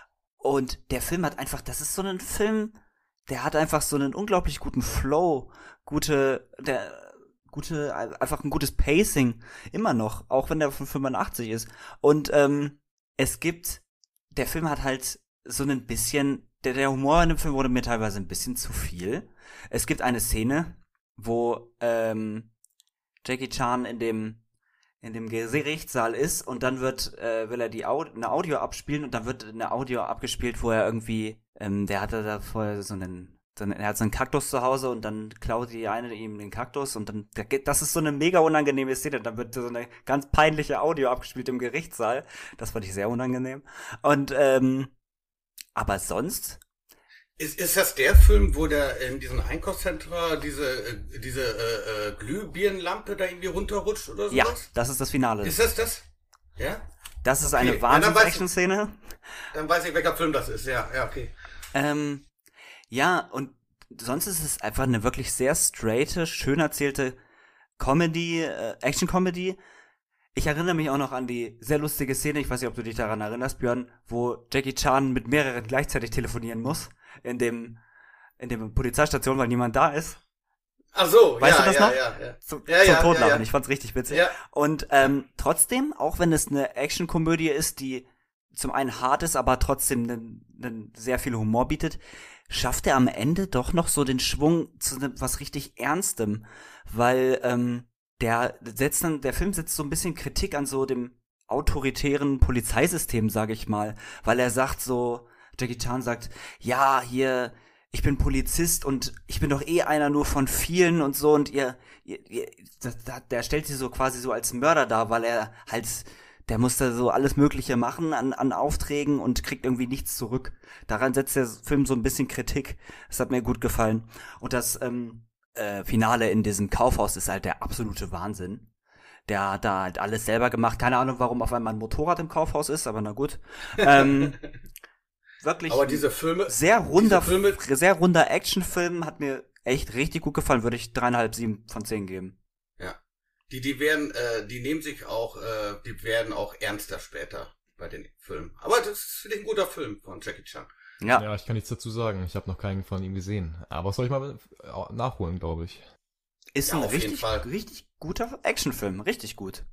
Und der Film hat einfach, das ist so ein Film, der hat einfach so einen unglaublich guten Flow, gute, der, gute, einfach ein gutes Pacing, immer noch, auch wenn der von fünfundachtzig ist. Und, ähm, es gibt, der Film hat halt so ein bisschen, der, der Humor in dem Film wurde mir teilweise ein bisschen zu viel. Es gibt eine Szene, wo, ähm, Jackie Chan in dem in dem Gerichtssaal ist und dann wird äh, will er die Aud- eine Audio abspielen und dann wird eine Audio abgespielt, wo er irgendwie ähm, der hatte da vorher so einen, so einen er hat so einen Kaktus zu Hause und dann klaut die eine ihm den Kaktus und dann der, geht- das ist so eine mega unangenehme Szene, dann wird so eine ganz peinliche Audio abgespielt im Gerichtssaal. Das fand ich sehr unangenehm. Und ähm, aber sonst Ist, ist das der Film, wo der in diesem Einkaufszentrum diese, äh, diese äh, äh, Glühbirnenlampe da irgendwie runterrutscht oder sowas? ja, das ist das Finale. Ist das das? Ja? Das ist Okay. eine Ja, dann weiß ich- Wahnsinns-Action-Szene. Dann weiß ich, welcher Film das ist. Ja, ja, okay. Ähm, ja, und sonst ist es einfach eine wirklich sehr straighte, schön erzählte Comedy, äh, Action-Comedy. Ich erinnere mich auch noch an die sehr lustige Szene, ich weiß nicht, ob du dich daran erinnerst, Björn, wo Jackie Chan mit mehreren gleichzeitig telefonieren muss, in dem, in dem Polizeistation, weil niemand da ist. Ach so, Weißt ja, du das ja, noch? ja, ja. Zu, Ja, zum ja, Totlachen. ja, ja. Ich fand's richtig witzig. Ja. Und ähm, trotzdem, auch wenn es eine Actionkomödie ist, die zum einen hart ist, aber trotzdem nen- nen sehr viel Humor bietet, schafft er am Ende doch noch so den Schwung zu ne, was richtig Ernstem, weil ähm, der setzt dann, der Film setzt so ein bisschen Kritik an so dem autoritären Polizeisystem, sage ich mal, weil er sagt so, Jackie Chan sagt, ja, hier, ich bin Polizist und ich bin doch eh einer nur von vielen und so und ihr, ihr, ihr das, das, der stellt sie so quasi so als Mörder dar, weil er halt, der muss da so alles Mögliche machen an, an Aufträgen und kriegt irgendwie nichts zurück. Daran setzt der Film so ein bisschen Kritik. Das hat mir gut gefallen. Und das ähm, äh, Finale in diesem Kaufhaus ist halt der absolute Wahnsinn. Der hat da halt alles selber gemacht. Keine Ahnung, warum auf einmal ein Motorrad im Kaufhaus ist, aber na gut. Ähm, wirklich Aber diese Filme, sehr runder, diese Filme, sehr runder Actionfilm, hat mir echt richtig gut gefallen. Würde ich dreieinhalb, sieben von zehn geben. ja, die, die werden, äh, die nehmen sich auch, äh, die werden auch ernster später bei den Filmen. Aber das ist finde ich ein guter Film von Jackie Chan. Ja, Ja, ich kann nichts dazu sagen. Ich habe noch keinen von ihm gesehen. Aber soll ich mal äh, nachholen, glaube ich. ist Ja, ein auf jeden richtig, Fall. richtig guter Actionfilm. Richtig gut.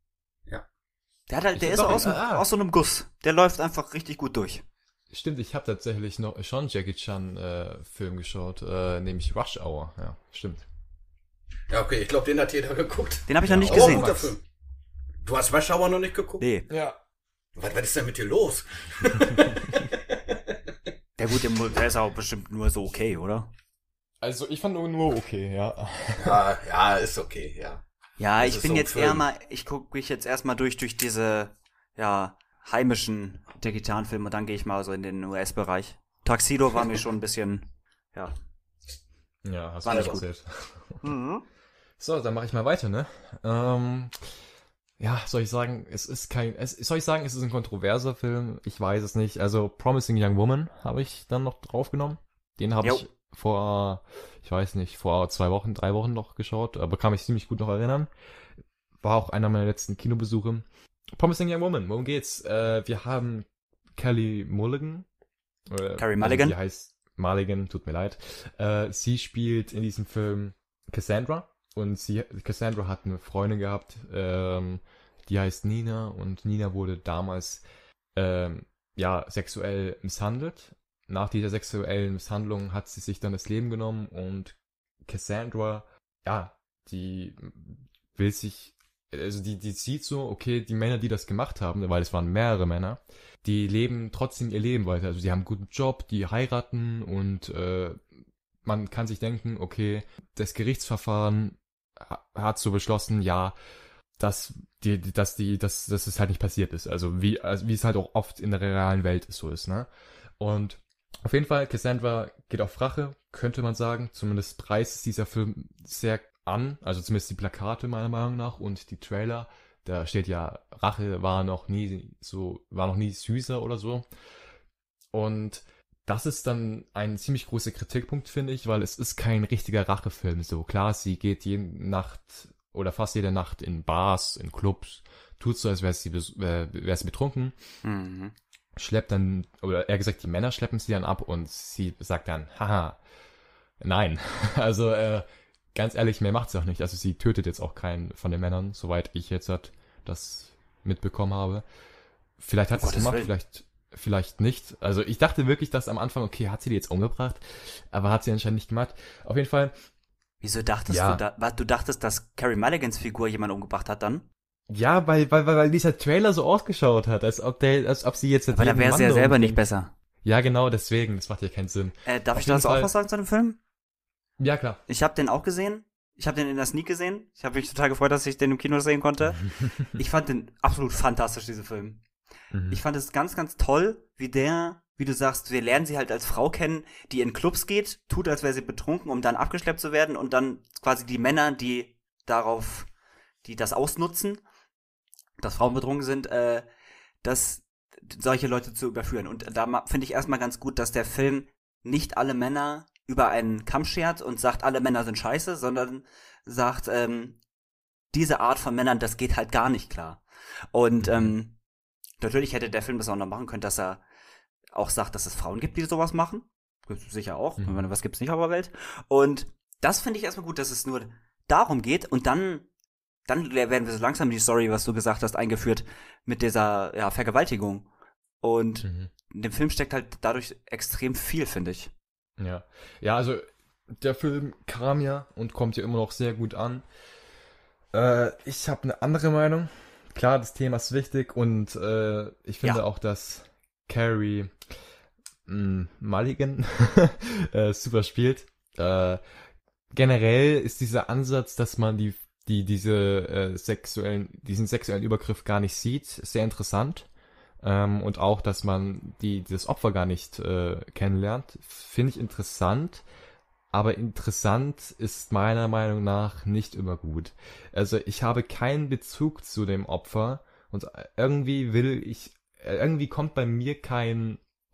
Ja. Der hat halt, Ich der hab ist doch- aus, ah. aus so einem Guss. Der läuft einfach richtig gut durch. Stimmt, ich habe tatsächlich noch schon Jackie Chan äh, Film geschaut, äh, nämlich Rush Hour. Ja, stimmt. Ja, okay, ich glaube, den hat jeder geguckt. Den habe ich noch nicht Aber auch ein gesehen. guter Film. Du hast Rush Hour noch nicht geguckt? Nee. Ja. Was, was ist denn mit dir los? Der gut, der, mu- der ist auch bestimmt nur so okay, oder? Also ich fand nur, nur okay, ja. Ja, ja, ist okay, ja. Ja, Das ich ist bin so ein jetzt Film. eher mal, ich gucke mich jetzt erstmal durch, durch diese, ja, heimischen Jackie Chan-Filme und dann gehe ich mal so in den U S-Bereich. Tuxedo war mir schon ein bisschen, ja. Ja, hast War du nicht schon gut. erzählt. Mhm. So, dann mache ich mal weiter, ne? Ähm, ja, soll ich sagen, es ist kein, es, soll ich sagen, es ist ein kontroverser Film? Ich weiß es nicht. Also Promising Young Woman habe ich dann noch draufgenommen. Den habe Jo. ich vor, ich weiß nicht, vor zwei Wochen, drei Wochen noch geschaut, aber kann mich ziemlich gut noch erinnern. War auch einer meiner letzten Kinobesuche. Promising Young Woman, worum geht's? Äh, wir haben Kelly Mulligan. Äh, Carey Mulligan. Die heißt Mulligan, tut mir leid. Äh, sie spielt in diesem Film Cassandra. Und sie, Cassandra hat eine Freundin gehabt, ähm, die heißt Nina und Nina wurde damals ähm, ja sexuell misshandelt. Nach dieser sexuellen Misshandlung hat sie sich dann das Leben genommen und Cassandra, ja, die will sich, also die, die sieht so, okay, die Männer, die das gemacht haben, weil es waren mehrere Männer, die leben trotzdem ihr Leben weiter. Also die haben einen guten Job, die heiraten und äh, man kann sich denken, okay, das Gerichtsverfahren ha- hat so beschlossen, ja, dass die, dass die, dass, dass es halt nicht passiert ist. Also wie, also wie es halt auch oft in der realen Welt so ist, ne? Und auf jeden Fall, Cassandra geht auf Rache, könnte man sagen. Zumindest preist es dieser Film sehr an, also zumindest die Plakate meiner Meinung nach und die Trailer. Da steht ja, Rache war noch nie so, war noch nie süßer oder so. Und das ist dann ein ziemlich großer Kritikpunkt, finde ich, weil es ist kein richtiger Rachefilm. So klar, sie geht jede Nacht oder fast jede Nacht in Bars, in Clubs, tut so, als wäre sie, bes- äh, wäre sie betrunken. Mhm. Schleppt dann, oder eher gesagt, die Männer schleppen sie dann ab und sie sagt dann, haha, nein. Also, äh, ganz ehrlich, mehr macht sie auch nicht. Also sie tötet jetzt auch keinen von den Männern, soweit ich jetzt halt das mitbekommen habe. Vielleicht hat Um sie es Gottes gemacht, Willen. vielleicht, vielleicht nicht. Also ich dachte wirklich, dass am Anfang, okay, hat sie die jetzt umgebracht? Aber hat sie anscheinend nicht gemacht. Auf jeden Fall, Wieso dachtest Ja. du da, was, du dachtest, dass Carey Mulligans Figur jemand umgebracht hat dann? ja, weil, weil, weil, weil dieser Trailer so ausgeschaut hat, als ob der, als ob sie jetzt Aber da jeden wäre Mann sie ja da selber umbringt. nicht besser. Ja, genau, deswegen, das macht ja keinen Sinn. Äh, darf Auf ich dazu jeden auch Fall- was sagen zu dem Film? Ja, klar. Ich habe den auch gesehen. Ich habe den in der Sneak gesehen. Ich habe mich total gefreut, dass ich den im Kino sehen konnte. Ich fand den absolut fantastisch, diesen Film. Mhm. Ich fand es ganz, ganz toll, wie der, wie du sagst, wir lernen sie halt als Frau kennen, die in Clubs geht, tut, als wäre sie betrunken, um dann abgeschleppt zu werden und dann quasi die Männer, die darauf, die das ausnutzen, dass Frauen betrunken sind, äh, dass solche Leute zu überführen. Und da ma- finde ich erstmal ganz gut, dass der Film nicht alle Männer über einen Kamm schert und sagt, alle Männer sind scheiße, sondern sagt, ähm, diese Art von Männern, das geht halt gar nicht klar. Und ähm, natürlich hätte der Film das auch noch machen können, dass er auch sagt, dass es Frauen gibt, die sowas machen. Gibt's sicher auch. Mhm. Ich meine, was gibt's nicht auf der Welt? Und das finde ich erstmal gut, dass es nur darum geht. Und dann, dann werden wir so langsam die Story, was du gesagt hast, eingeführt mit dieser ja, Vergewaltigung. Und Mhm. in dem Film steckt halt dadurch extrem viel, finde ich. Ja. Ja, also der Film kam ja und kommt ja immer noch sehr gut an. Äh, ich habe eine andere Meinung. Klar, das Thema ist wichtig und äh, ich finde Ja. auch, dass Carey mh, Mulligan äh, super spielt. Äh, generell ist dieser Ansatz, dass man die, die diese äh, sexuellen, diesen sexuellen Übergriff gar nicht sieht, sehr interessant. Ähm, und auch, dass man die das Opfer gar nicht äh, kennenlernt, finde ich interessant. Aber interessant ist meiner Meinung nach nicht immer gut. Also ich habe keinen Bezug zu dem Opfer und irgendwie will ich, irgendwie kommt bei mir kein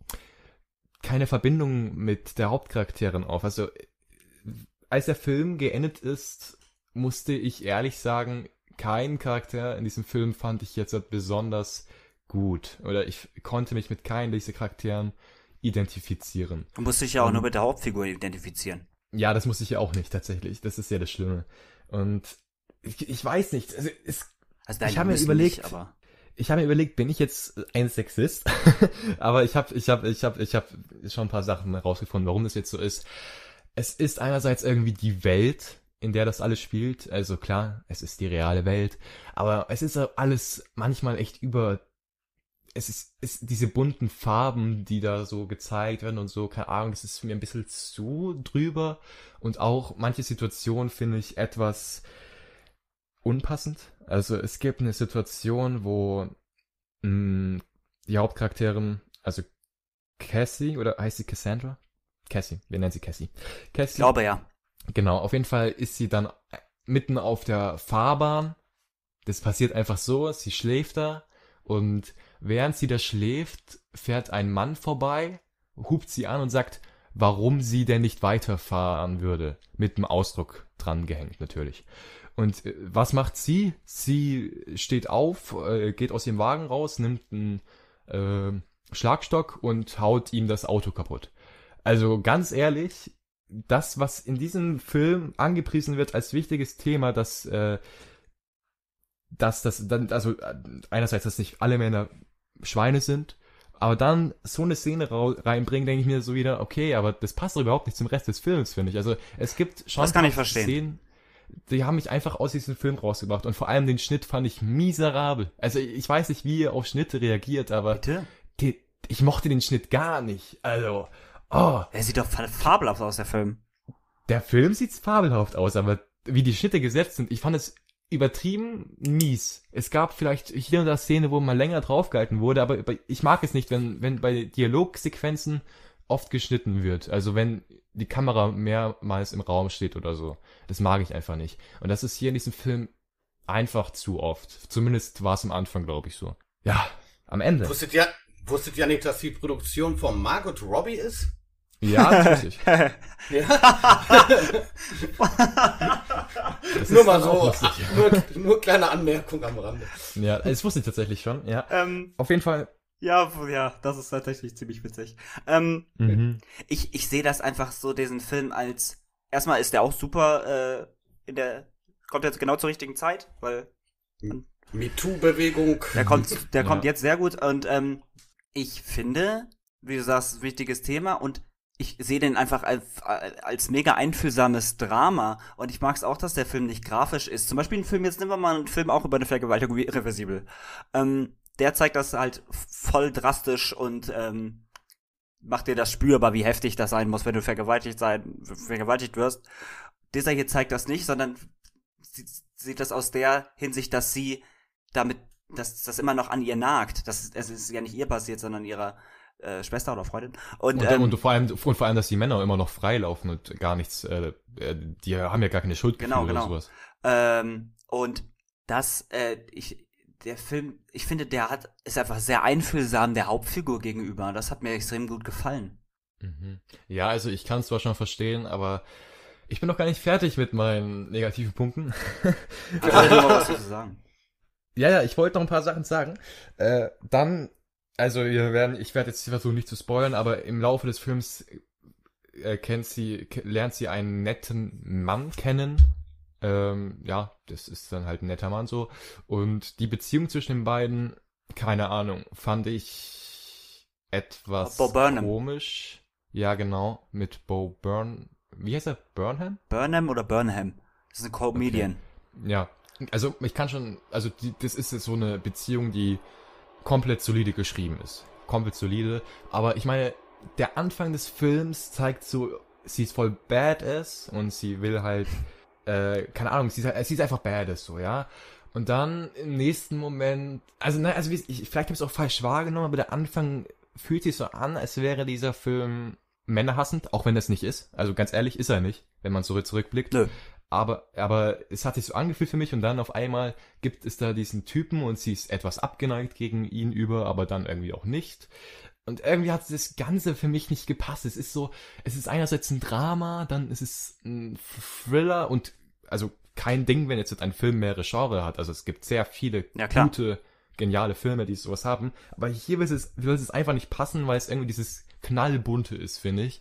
keine Verbindung mit der Hauptcharakterin auf. Also als der Film geendet ist, musste ich ehrlich sagen, keinen Charakter in diesem Film fand ich jetzt besonders gut. Oder ich konnte mich mit keinem dieser Charakteren identifizieren. Du musst dich ja auch Ähm, nur mit der Hauptfigur identifizieren. Ja, das muss ich ja auch nicht, tatsächlich. Das ist ja das Schlimme. Und ich, ich weiß nicht. Also es, Also ich habe mir müssen überlegt, nicht, aber ich habe mir überlegt, bin ich jetzt ein Sexist? Aber ich habe ich habe, ich habe, ich habe schon ein paar Sachen herausgefunden, warum das jetzt so ist. Es ist einerseits irgendwie die Welt, in der das alles spielt. Also klar, es ist die reale Welt. Aber es ist auch alles manchmal echt über... Es ist, ist diese bunten Farben, die da so gezeigt werden und so, keine Ahnung, das ist mir ein bisschen zu drüber. Und auch manche Situationen finde ich etwas unpassend. Also es gibt eine Situation, wo mh, die Hauptcharakterin, also Cassie, oder heißt sie Cassandra? Cassie, wir nennen sie Cassie. Cassie, ich glaube ja. genau, auf jeden Fall ist sie dann mitten auf der Fahrbahn. Das passiert einfach so, sie schläft da und während sie da schläft, fährt ein Mann vorbei, hupt sie an und sagt, warum sie denn nicht weiterfahren würde. Mit einem Ausdruck dran gehängt natürlich. Und äh, was macht sie? Sie steht auf, äh, geht aus ihrem Wagen raus, nimmt einen äh, Schlagstock und haut ihm das Auto kaputt. Also ganz ehrlich, das, was in diesem Film angepriesen wird als wichtiges Thema, dass äh, dass das dann, also äh, einerseits, dass nicht alle Männer Schweine sind, aber dann so eine Szene rau- reinbringen, denke ich mir so wieder, okay, aber das passt doch überhaupt nicht zum Rest des Films, finde ich. Also es gibt schon Das kann ein ich paar verstehen. Szenen, die haben mich einfach aus diesem Film rausgebracht und vor allem den Schnitt fand ich miserabel. Also ich weiß nicht, wie ihr auf Schnitte reagiert, aber Bitte? die, ich mochte den Schnitt gar nicht. Also, oh, Er sieht doch fa- fabelhaft aus, der Film. der Film sieht fabelhaft aus, aber wie die Schnitte gesetzt sind, ich fand es übertrieben mies. Es gab vielleicht hier und da Szene, wo mal länger draufgehalten wurde, aber ich mag es nicht, wenn, wenn bei Dialogsequenzen oft geschnitten wird. Also wenn die Kamera mehrmals im Raum steht oder so. Das mag ich einfach nicht. Und das ist hier in diesem Film einfach zu oft. Zumindest war es am Anfang, glaube ich, so. Ja, am Ende. Wusstet ihr, wusstet ihr nicht, dass die Produktion von Margot Robbie ist? Ja, natürlich. Ja. Das Nur ist mal dann auch so, lustig. nur, nur kleine Anmerkung am Rande. Ja, das wusste ich tatsächlich schon, ja. ähm, Auf jeden Fall. ja, ja, das ist tatsächlich ziemlich witzig. Ähm, Mhm. ich, ich sehe das einfach so, diesen Film als, erstmal ist der auch super, äh, in der, kommt jetzt genau zur richtigen Zeit, weil MeToo-Bewegung. der kommt, der Ja. kommt jetzt sehr gut und, ähm, ich finde, wie du sagst, wichtiges Thema und ich sehe den einfach als, als mega einfühlsames Drama und ich mag es auch, dass der Film nicht grafisch ist. Zum Beispiel ein Film, jetzt nehmen wir mal einen Film auch über eine Vergewaltigung wie Irreversibel. Ähm, der zeigt das halt voll drastisch und ähm, macht dir das spürbar, wie heftig das sein muss, wenn du vergewaltigt sein, vergewaltigt wirst. Dieser hier zeigt das nicht, sondern sieht, sieht das aus der Hinsicht, dass sie damit, dass das immer noch an ihr nagt. Das, es ist ja nicht ihr passiert, sondern ihrer äh, Schwester oder Freundin. Und, Und, ähm, und, vor allem, und vor allem, dass die Männer immer noch freilaufen und gar nichts, äh, äh, die haben ja gar keine Schuldgefühle Genau, oder genau. sowas. Ähm, und das, äh, ich, der Film, ich finde, der hat, ist einfach sehr einfühlsam der Hauptfigur gegenüber. Das hat mir extrem gut gefallen. Mhm. Ja, also ich kann es zwar schon verstehen, aber ich bin noch gar nicht fertig mit meinen negativen Punkten. Also, ich noch was zu sagen. Ja, ja, ich wollte noch ein paar Sachen sagen. Äh, dann, also wir werden, ich werde jetzt versuchen nicht zu spoilern, aber im Laufe des Films äh, kennt sie, ke- lernt sie einen netten Mann kennen. Ähm, ja, das ist dann halt ein netter Mann so. Und die Beziehung zwischen den beiden, keine Ahnung, fand ich etwas Bo Burnham. komisch. Ja, genau, mit Bo Burn. Wie heißt er? Burnham? Burnham oder Burnham? Das ist ein Comedian. Ja, also ich kann schon, also die, das ist jetzt so eine Beziehung, die komplett solide geschrieben ist. Komplett solide. Aber ich meine, der Anfang des Films zeigt so, sie ist voll badass und sie will halt, äh, keine Ahnung, sie ist, halt- sie ist einfach badass so, ja. Und dann im nächsten Moment, also nein, also wie, ich, vielleicht habe ich es auch falsch wahrgenommen, aber der Anfang fühlt sich so an, als wäre dieser Film männerhassend, auch wenn das nicht ist. Also ganz ehrlich, ist er nicht, wenn man so zurückblickt. Nö. Aber, aber es hat sich so angefühlt für mich und dann auf einmal gibt es da diesen Typen und sie ist etwas abgeneigt gegen ihn über, aber dann irgendwie auch nicht. Und irgendwie hat das Ganze für mich nicht gepasst. Es ist so, es ist einerseits ein Drama, dann ist es ein Thriller und also kein Ding, wenn jetzt ein Film mehrere Genre hat. Also es gibt sehr viele Ja, klar. gute, geniale Filme, die sowas haben. Aber hier will es, will es einfach nicht passen, weil es irgendwie dieses Knallbunte ist, finde ich.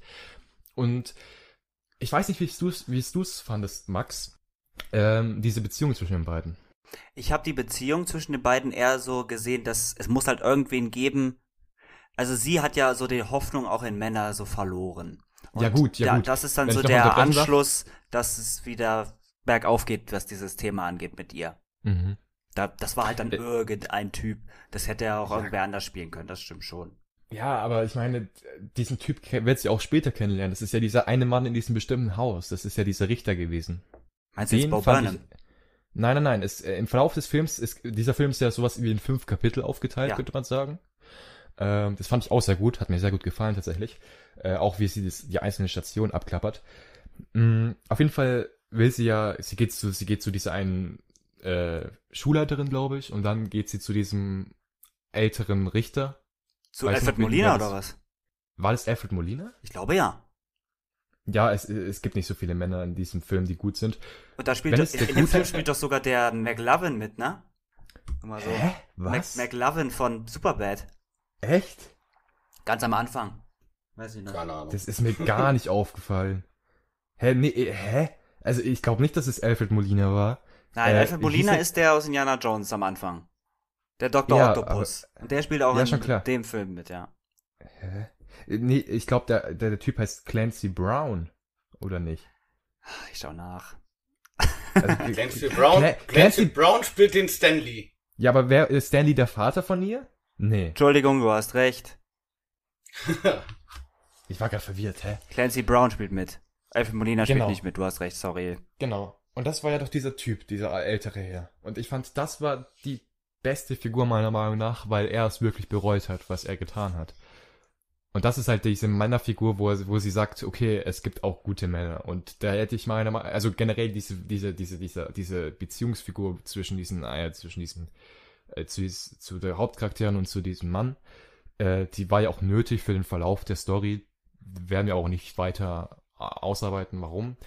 Und ich weiß nicht, wie du es wie du's fandest, Max, ähm, diese Beziehung zwischen den beiden. Ich habe die Beziehung zwischen den beiden eher so gesehen, dass es muss halt irgendwen geben. Also sie hat ja so die Hoffnung auch in Männer so verloren. Und Ja gut, ja da, gut. das ist dann Wenn so ich noch der unterbrechen darf. Anschluss, dass es wieder bergauf geht, was dieses Thema angeht mit ihr. Mhm. Da, das war halt dann Äh. irgendein Typ. Das hätte er auch irgendwer anders spielen können, das stimmt schon. Ja, aber ich meine, diesen Typ ke- wird sie auch später kennenlernen. Das ist ja dieser eine Mann in diesem bestimmten Haus. Das ist ja dieser Richter gewesen. Meinst du jetzt Den Bo fand Burnham? ich, nein, nein, nein. Es, äh, im Verlauf des Films ist, dieser Film ist ja sowas wie in fünf Kapitel aufgeteilt, Ja. könnte man sagen. Ähm, das fand ich auch sehr gut, hat mir sehr gut gefallen tatsächlich. Äh, auch wie sie das, die einzelnen Stationen abklappert. Mm, auf jeden Fall will sie ja, sie geht zu, sie geht zu dieser einen äh, Schulleiterin, glaube ich, und dann geht sie zu diesem älteren Richter. Zu Weiß Alfred nicht, wie- Molina wer das- oder was? War das Alfred Molina? Ich glaube ja. Ja, es, es gibt nicht so viele Männer in diesem Film, die gut sind. Und da spielt Wenn doch, es in, der in dem gute- Film spielt doch sogar der McLovin mit, ne? Immer so. Mac, Was? McLovin von Superbad. Echt? Ganz am Anfang. Weiß ich noch. Keine Ahnung. Das ist mir gar nicht aufgefallen. Hä, nee, äh, hä? Also ich glaube nicht, dass es Alfred Molina war. Nein, Äh, Alfred Molina hieß er- ist der aus Indiana Jones am Anfang. Der Doktor Ja, Octopus. Und der spielt auch Ja, in schon klar. dem Film mit, ja. Hä? Nee, ich glaube, der, der, der Typ heißt Clancy Brown, oder nicht? Ich schau nach. Also, Clancy Brown, Cla- Clancy Clancy, Brown spielt den Stanley. ja, aber wer ist Stanley der Vater von ihr? Nee, Entschuldigung, du hast recht. ich war gerade verwirrt, hä? Clancy Brown spielt mit. Alfred Molina spielt Genau. nicht mit, du hast recht, sorry. Genau. Und das war ja doch dieser Typ, dieser ältere Herr. Und ich fand, das war die beste Figur meiner Meinung nach, weil er es wirklich bereut hat, was er getan hat. Und das ist halt diese Männerfigur, wo, er, wo sie sagt, okay, es gibt auch gute Männer. Und da hätte ich meiner Meinung, also generell diese, diese, diese, diese, diese Beziehungsfigur zwischen diesen, äh, zwischen diesen, äh, zu, zu der Hauptcharakteren und zu diesem Mann, äh, die war ja auch nötig für den Verlauf der Story. Werden wir auch nicht weiter ausarbeiten, warum.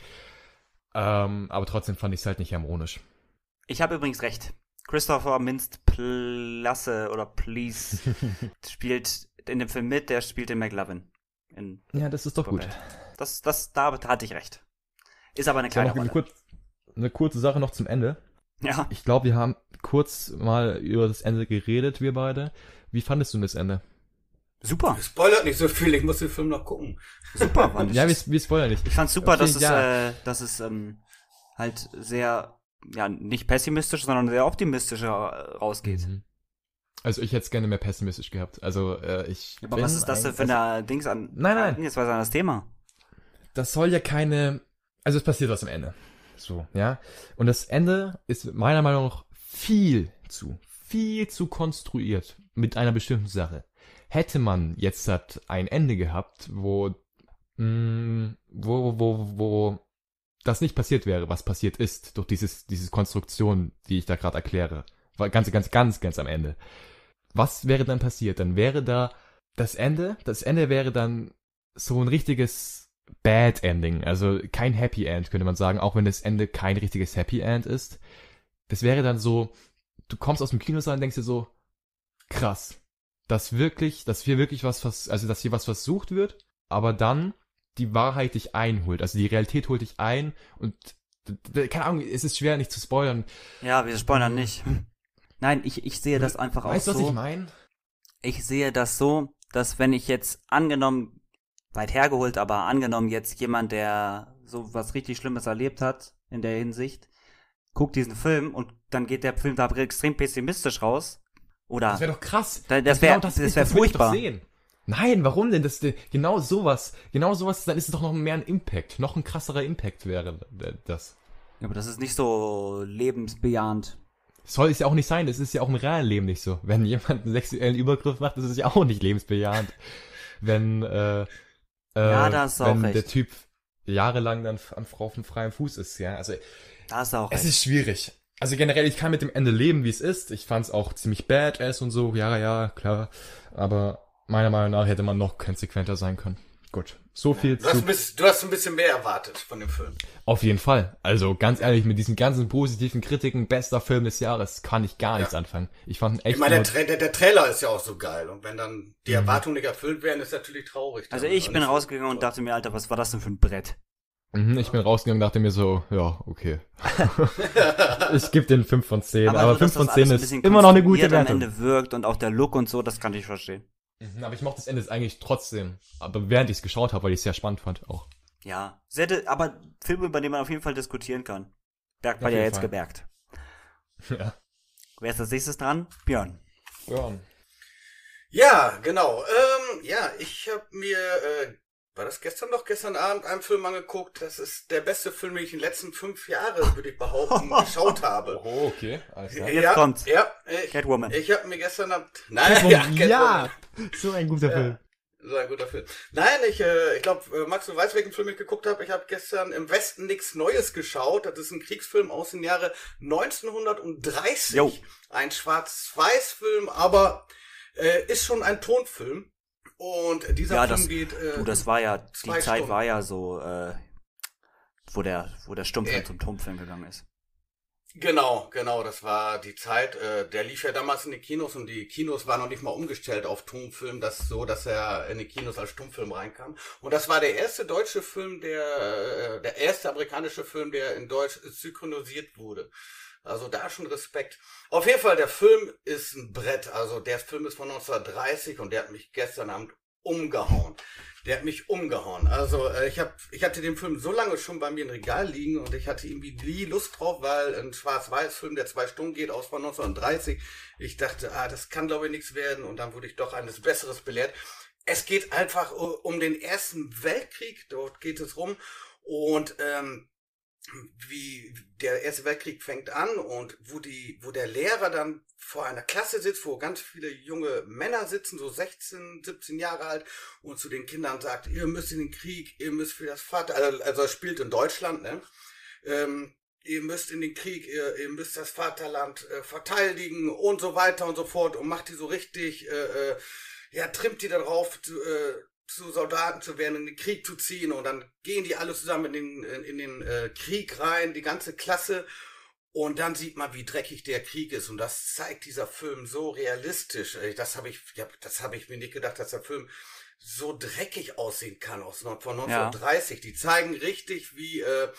Ähm, aber trotzdem fand ich es halt nicht harmonisch. Ich habe übrigens recht. Christopher Mintz-Plasse oder Please spielt in dem Film mit, der spielt den McLovin. In Ja, das ist doch gut. Superbad. Das, das, da hatte ich recht. Ist aber eine So, kleine noch eine, Rolle. kurz, eine kurze Sache noch zum Ende. Ja. Ich glaube, wir haben kurz mal über das Ende geredet, wir beide. Wie fandest du das Ende? Super. Spoilert nicht so viel, ich muss den Film noch gucken. Super, fand ich. Ja, wir, wir spoilern nicht. Ich fand's super, Okay, dass es, ja. äh, dass es ähm, halt sehr, ja, nicht pessimistisch, sondern sehr optimistisch äh, rausgeht. Mhm. Also ich hätte es gerne mehr pessimistisch gehabt. Also äh, ich. Aber bin was ist das denn für ein- eine Dings an? Nein, nein. Jetzt weiß er das Thema. Das soll ja keine. Also es passiert was am Ende. So, ja. Und das Ende ist meiner Meinung nach viel zu, viel zu konstruiert mit einer bestimmten Sache. Hätte man jetzt halt ein Ende gehabt, wo, mh, wo, wo, wo das nicht passiert wäre, was passiert ist, durch dieses, diese Konstruktion, die ich da gerade erkläre. War ganz, ganz, ganz, ganz am Ende. Was wäre dann passiert? Dann wäre da das Ende, das Ende wäre dann so ein richtiges Bad Ending, also kein Happy End, könnte man sagen, auch wenn das Ende kein richtiges Happy End ist. Das wäre dann so, du kommst aus dem Kinosaal und denkst dir so, krass, dass wirklich, dass hier wirklich was, was, also dass hier was versucht wird, aber dann die Wahrheit dich einholt, also die Realität holt dich ein und, d- d- keine Ahnung, es ist schwer nicht zu spoilern. Ja, wir spoilern nicht. Nein, ich, ich sehe das einfach auch Weißt du, was so. ich meine? Ich sehe das so, dass wenn ich jetzt angenommen, weit hergeholt, aber angenommen jetzt jemand, der so was richtig Schlimmes erlebt hat, in der Hinsicht, guckt diesen Film und dann geht der Film da extrem pessimistisch raus. Oder Das wäre doch krass. Da- das Dass wär- genau das ist, wär will ich doch furchtbar. sehen. Nein, warum denn? Das, genau sowas, genau sowas, dann ist es doch noch mehr ein Impact, noch ein krasserer Impact wäre das. Ja, aber das ist nicht so lebensbejahend. Soll es ja auch nicht sein, das ist ja auch im realen Leben nicht so. Wenn jemand einen sexuellen Übergriff macht, das ist ja auch nicht lebensbejahend. Wenn, äh, äh, Ja, da hast du auch wenn recht. der Typ jahrelang dann an auf dem freien Fuß ist, ja. Also, Da hast du auch es recht. ist schwierig. Also generell, ich kann mit dem Ende leben, wie es ist. Ich fand's auch ziemlich badass und so, ja, ja, klar. Aber meiner Meinung nach hätte man noch konsequenter sein können. Gut, so viel Du hast, zu... ein bisschen, du hast ein bisschen mehr erwartet von dem Film. Auf jeden Fall. Also ganz ehrlich, mit diesen ganzen positiven Kritiken, bester Film des Jahres, kann ich gar nichts anfangen. Ich fand ihn echt... Ich meine, der, nur- Tra der, der Trailer ist ja auch so geil. Und wenn dann die Mhm. Erwartungen nicht erfüllt werden, ist natürlich traurig. Also dann. ich Und bin nicht so- rausgegangen und dachte mir, Alter, was war das denn für ein Brett? Mhm, ich bin rausgegangen und dachte mir so, ja, okay. Ich gebe den fünf von zehn, aber, so, dass fünf von das zehn alles ein ist bisschen immer noch eine gute konstruiert am Wertung. Ende wirkt und auch der Look und so, das kann ich verstehen. Mhm, aber ich mochte das Ende jetzt eigentlich trotzdem. Aber während ich es geschaut habe, weil ich es sehr spannend fand auch. Ja, sehr, di- aber Filme, über die man auf jeden Fall diskutieren kann. Merkt man Auf ja jeden jetzt Fall. gemerkt. Ja. Wer ist als nächstes dran? Björn. Ja. Ja, genau. Ähm, ja, ich habe mir, äh, war das gestern noch, gestern Abend einen Film angeguckt. Das ist der beste Film, den ich in den letzten fünf Jahren, würde ich behaupten, geschaut habe. Oh, okay. Alles klar. Jetzt kommt's. Ja, ich, Catwoman. ich habe mir gestern Abend, nein, ja, Catwoman. So ein guter Film. So ein guter Film. Nein, ich, äh, ich glaube, äh, Max, du weißt, welchen Film ich geguckt habe. Ich habe gestern Im Westen nichts Neues geschaut. Das ist ein Kriegsfilm aus dem Jahre neunzehnhundertdreißig. Jo. Ein Schwarz-Weiß-Film, aber äh, ist schon ein Tonfilm. Und dieser Ja, Film das- geht... Äh, Du, das war ja, die zwei Zeit Stunden. war ja so, äh, wo der, wo der Stummfilm Äh. zum Tonfilm gegangen ist. Genau, genau, das war die Zeit, äh, der lief ja damals in die Kinos und die Kinos waren noch nicht mal umgestellt auf Tonfilm, das so, dass er in die Kinos als Stummfilm reinkam. Und das war der erste deutsche Film, der, äh, der erste amerikanische Film, der in Deutsch synchronisiert wurde. Also da schon Respekt. Auf jeden Fall, der Film ist ein Brett. Also der Film ist von neunzehnhundertdreißig und der hat mich gestern Abend umgehauen. Der hat mich umgehauen. Also äh, ich hab, ich hatte den Film so lange schon bei mir im Regal liegen und ich hatte irgendwie nie Lust drauf, weil ein Schwarz-Weiß-Film, der zwei Stunden geht, aus von neunzehnhundertdreißig. Ich dachte, ah, das kann glaube ich nichts werden und dann wurde ich doch eines Besseres belehrt. Es geht einfach um den Ersten Weltkrieg, dort geht es rum und ähm, wie der Erste Weltkrieg fängt an und wo die, wo der Lehrer dann vor einer Klasse sitzt, wo ganz viele junge Männer sitzen, so sechzehn, siebzehn Jahre alt und zu den Kindern sagt, ihr müsst in den Krieg, ihr müsst für das Vater, also, also er spielt in Deutschland, ne? Ähm, ihr müsst in den Krieg, ihr, ihr müsst das Vaterland äh, verteidigen und so weiter und so fort und macht die so richtig, äh, äh, ja, trimmt die darauf, zu, äh, zu Soldaten zu werden, in den Krieg zu ziehen und dann gehen die alle zusammen in den, in, in den äh, Krieg rein, die ganze Klasse und dann sieht man, wie dreckig der Krieg ist und das zeigt dieser Film so realistisch. Das habe ich, ja, das habe ich mir nicht gedacht, dass der Film so dreckig aussehen kann aus von neunzehnhundertdreißig. Ja. Die zeigen richtig, wie äh,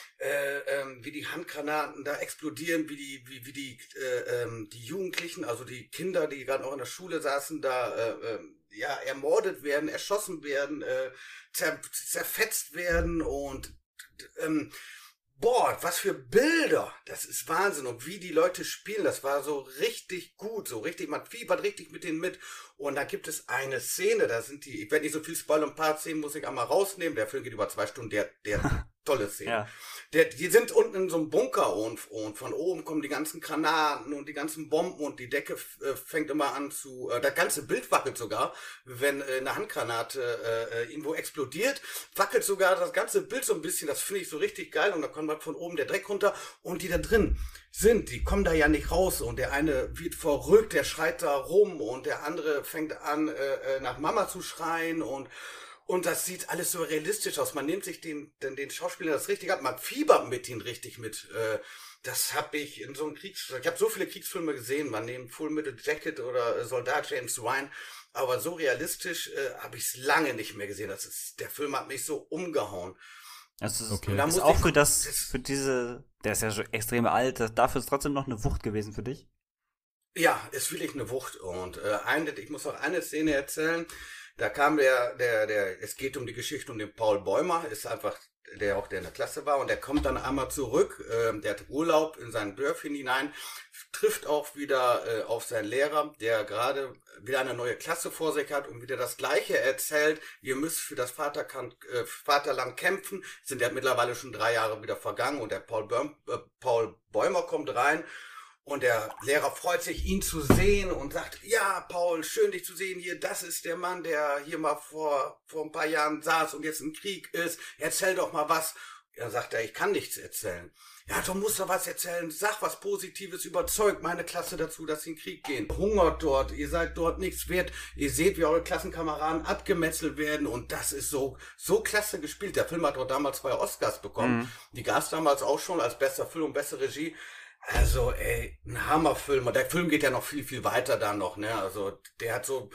Äh, ähm, wie die Handgranaten da explodieren, wie die, wie, wie die, äh, ähm, die Jugendlichen, also die Kinder, die gerade noch in der Schule saßen, da äh, äh, ja ermordet werden, erschossen werden, äh, zer zerfetzt werden und ähm, boah, was für Bilder, das ist Wahnsinn und wie die Leute spielen, das war so richtig gut, so richtig, man fiebert richtig mit denen mit und da gibt es eine Szene, da sind die, ich werde nicht so viel spoilern, ein paar Szenen muss ich einmal rausnehmen, der Film geht über zwei Stunden, der, der tolle Szene. Ja. Der, die sind unten in so einem Bunker und, und von oben kommen die ganzen Granaten und die ganzen Bomben und die Decke äh, fängt immer an zu, äh, das ganze Bild wackelt sogar, wenn äh, eine Handgranate äh, irgendwo explodiert, wackelt sogar das ganze Bild so ein bisschen, das finde ich so richtig geil und da kommt halt von oben der Dreck runter und die da drin sind, die kommen da ja nicht raus und der eine wird verrückt, der schreit da rum und der andere fängt an äh, nach Mama zu schreien und Und das sieht alles so realistisch aus. Man nimmt sich den, den, den Schauspieler das richtig ab. Man fiebert mit ihnen richtig mit. Das habe ich in so einem Kriegs... Ich habe so viele Kriegsfilme gesehen. Man nimmt Full Metal Jacket oder Soldat James Ryan. Aber so realistisch äh, habe ich es lange nicht mehr gesehen. Das ist, der Film hat mich so umgehauen. Also es okay. ist auch für das, für diese... Der ist ja schon extrem alt. Dafür ist trotzdem noch eine Wucht gewesen für dich? Ja, ist wirklich eine Wucht. Und äh, eine, ich muss auch eine Szene erzählen. Da kam der, der, der, es geht um die Geschichte um den Paul Bäumer, ist einfach der auch der in der Klasse war und der kommt dann einmal zurück, äh, der hat Urlaub in sein Dörfchen hinein, trifft auch wieder äh, auf seinen Lehrer, der gerade wieder eine neue Klasse vor sich hat und wieder das Gleiche erzählt, ihr müsst für das Vaterland, äh, Vaterland kämpfen, sind ja mittlerweile schon drei Jahre wieder vergangen und der Paul, Böhm, äh, Paul Bäumer kommt rein. Und der Lehrer freut sich, ihn zu sehen und sagt, ja, Paul, schön dich zu sehen hier. Das ist der Mann, der hier mal vor, vor ein paar Jahren saß und jetzt im Krieg ist. Erzähl doch mal was. Dann sagt er, ich kann nichts erzählen. Ja, du musst doch was erzählen. Sag was Positives, überzeugt meine Klasse dazu, dass sie in den Krieg gehen. Hungert dort, ihr seid dort nichts wert. Ihr seht, wie eure Klassenkameraden abgemetzelt werden. Und das ist so, so klasse gespielt. Der Film hat doch damals zwei Oscars bekommen. Mhm. Die gab es damals auch schon als bester Film und beste Regie. Also, ey, ein Hammerfilm. Und der Film geht ja noch viel, viel weiter dann noch, ne? Also, der hat so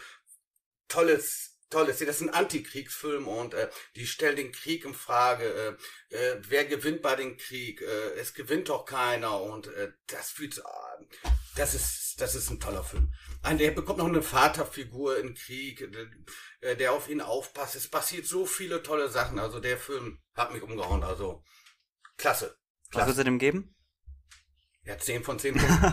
tolles, tolles, das ist ein Antikriegsfilm und äh, die stellen den Krieg in Frage. Äh, äh, wer gewinnt bei dem Krieg? Äh, es gewinnt doch keiner und äh, das fühlt, äh, das ist, das ist ein toller Film. Ein, der bekommt noch eine Vaterfigur im Krieg, äh, der auf ihn aufpasst. Es passiert so viele tolle Sachen. Also, der Film hat mich umgehauen. Also, klasse. Was würdest du dem geben? Ja, zehn von zehn Punkten.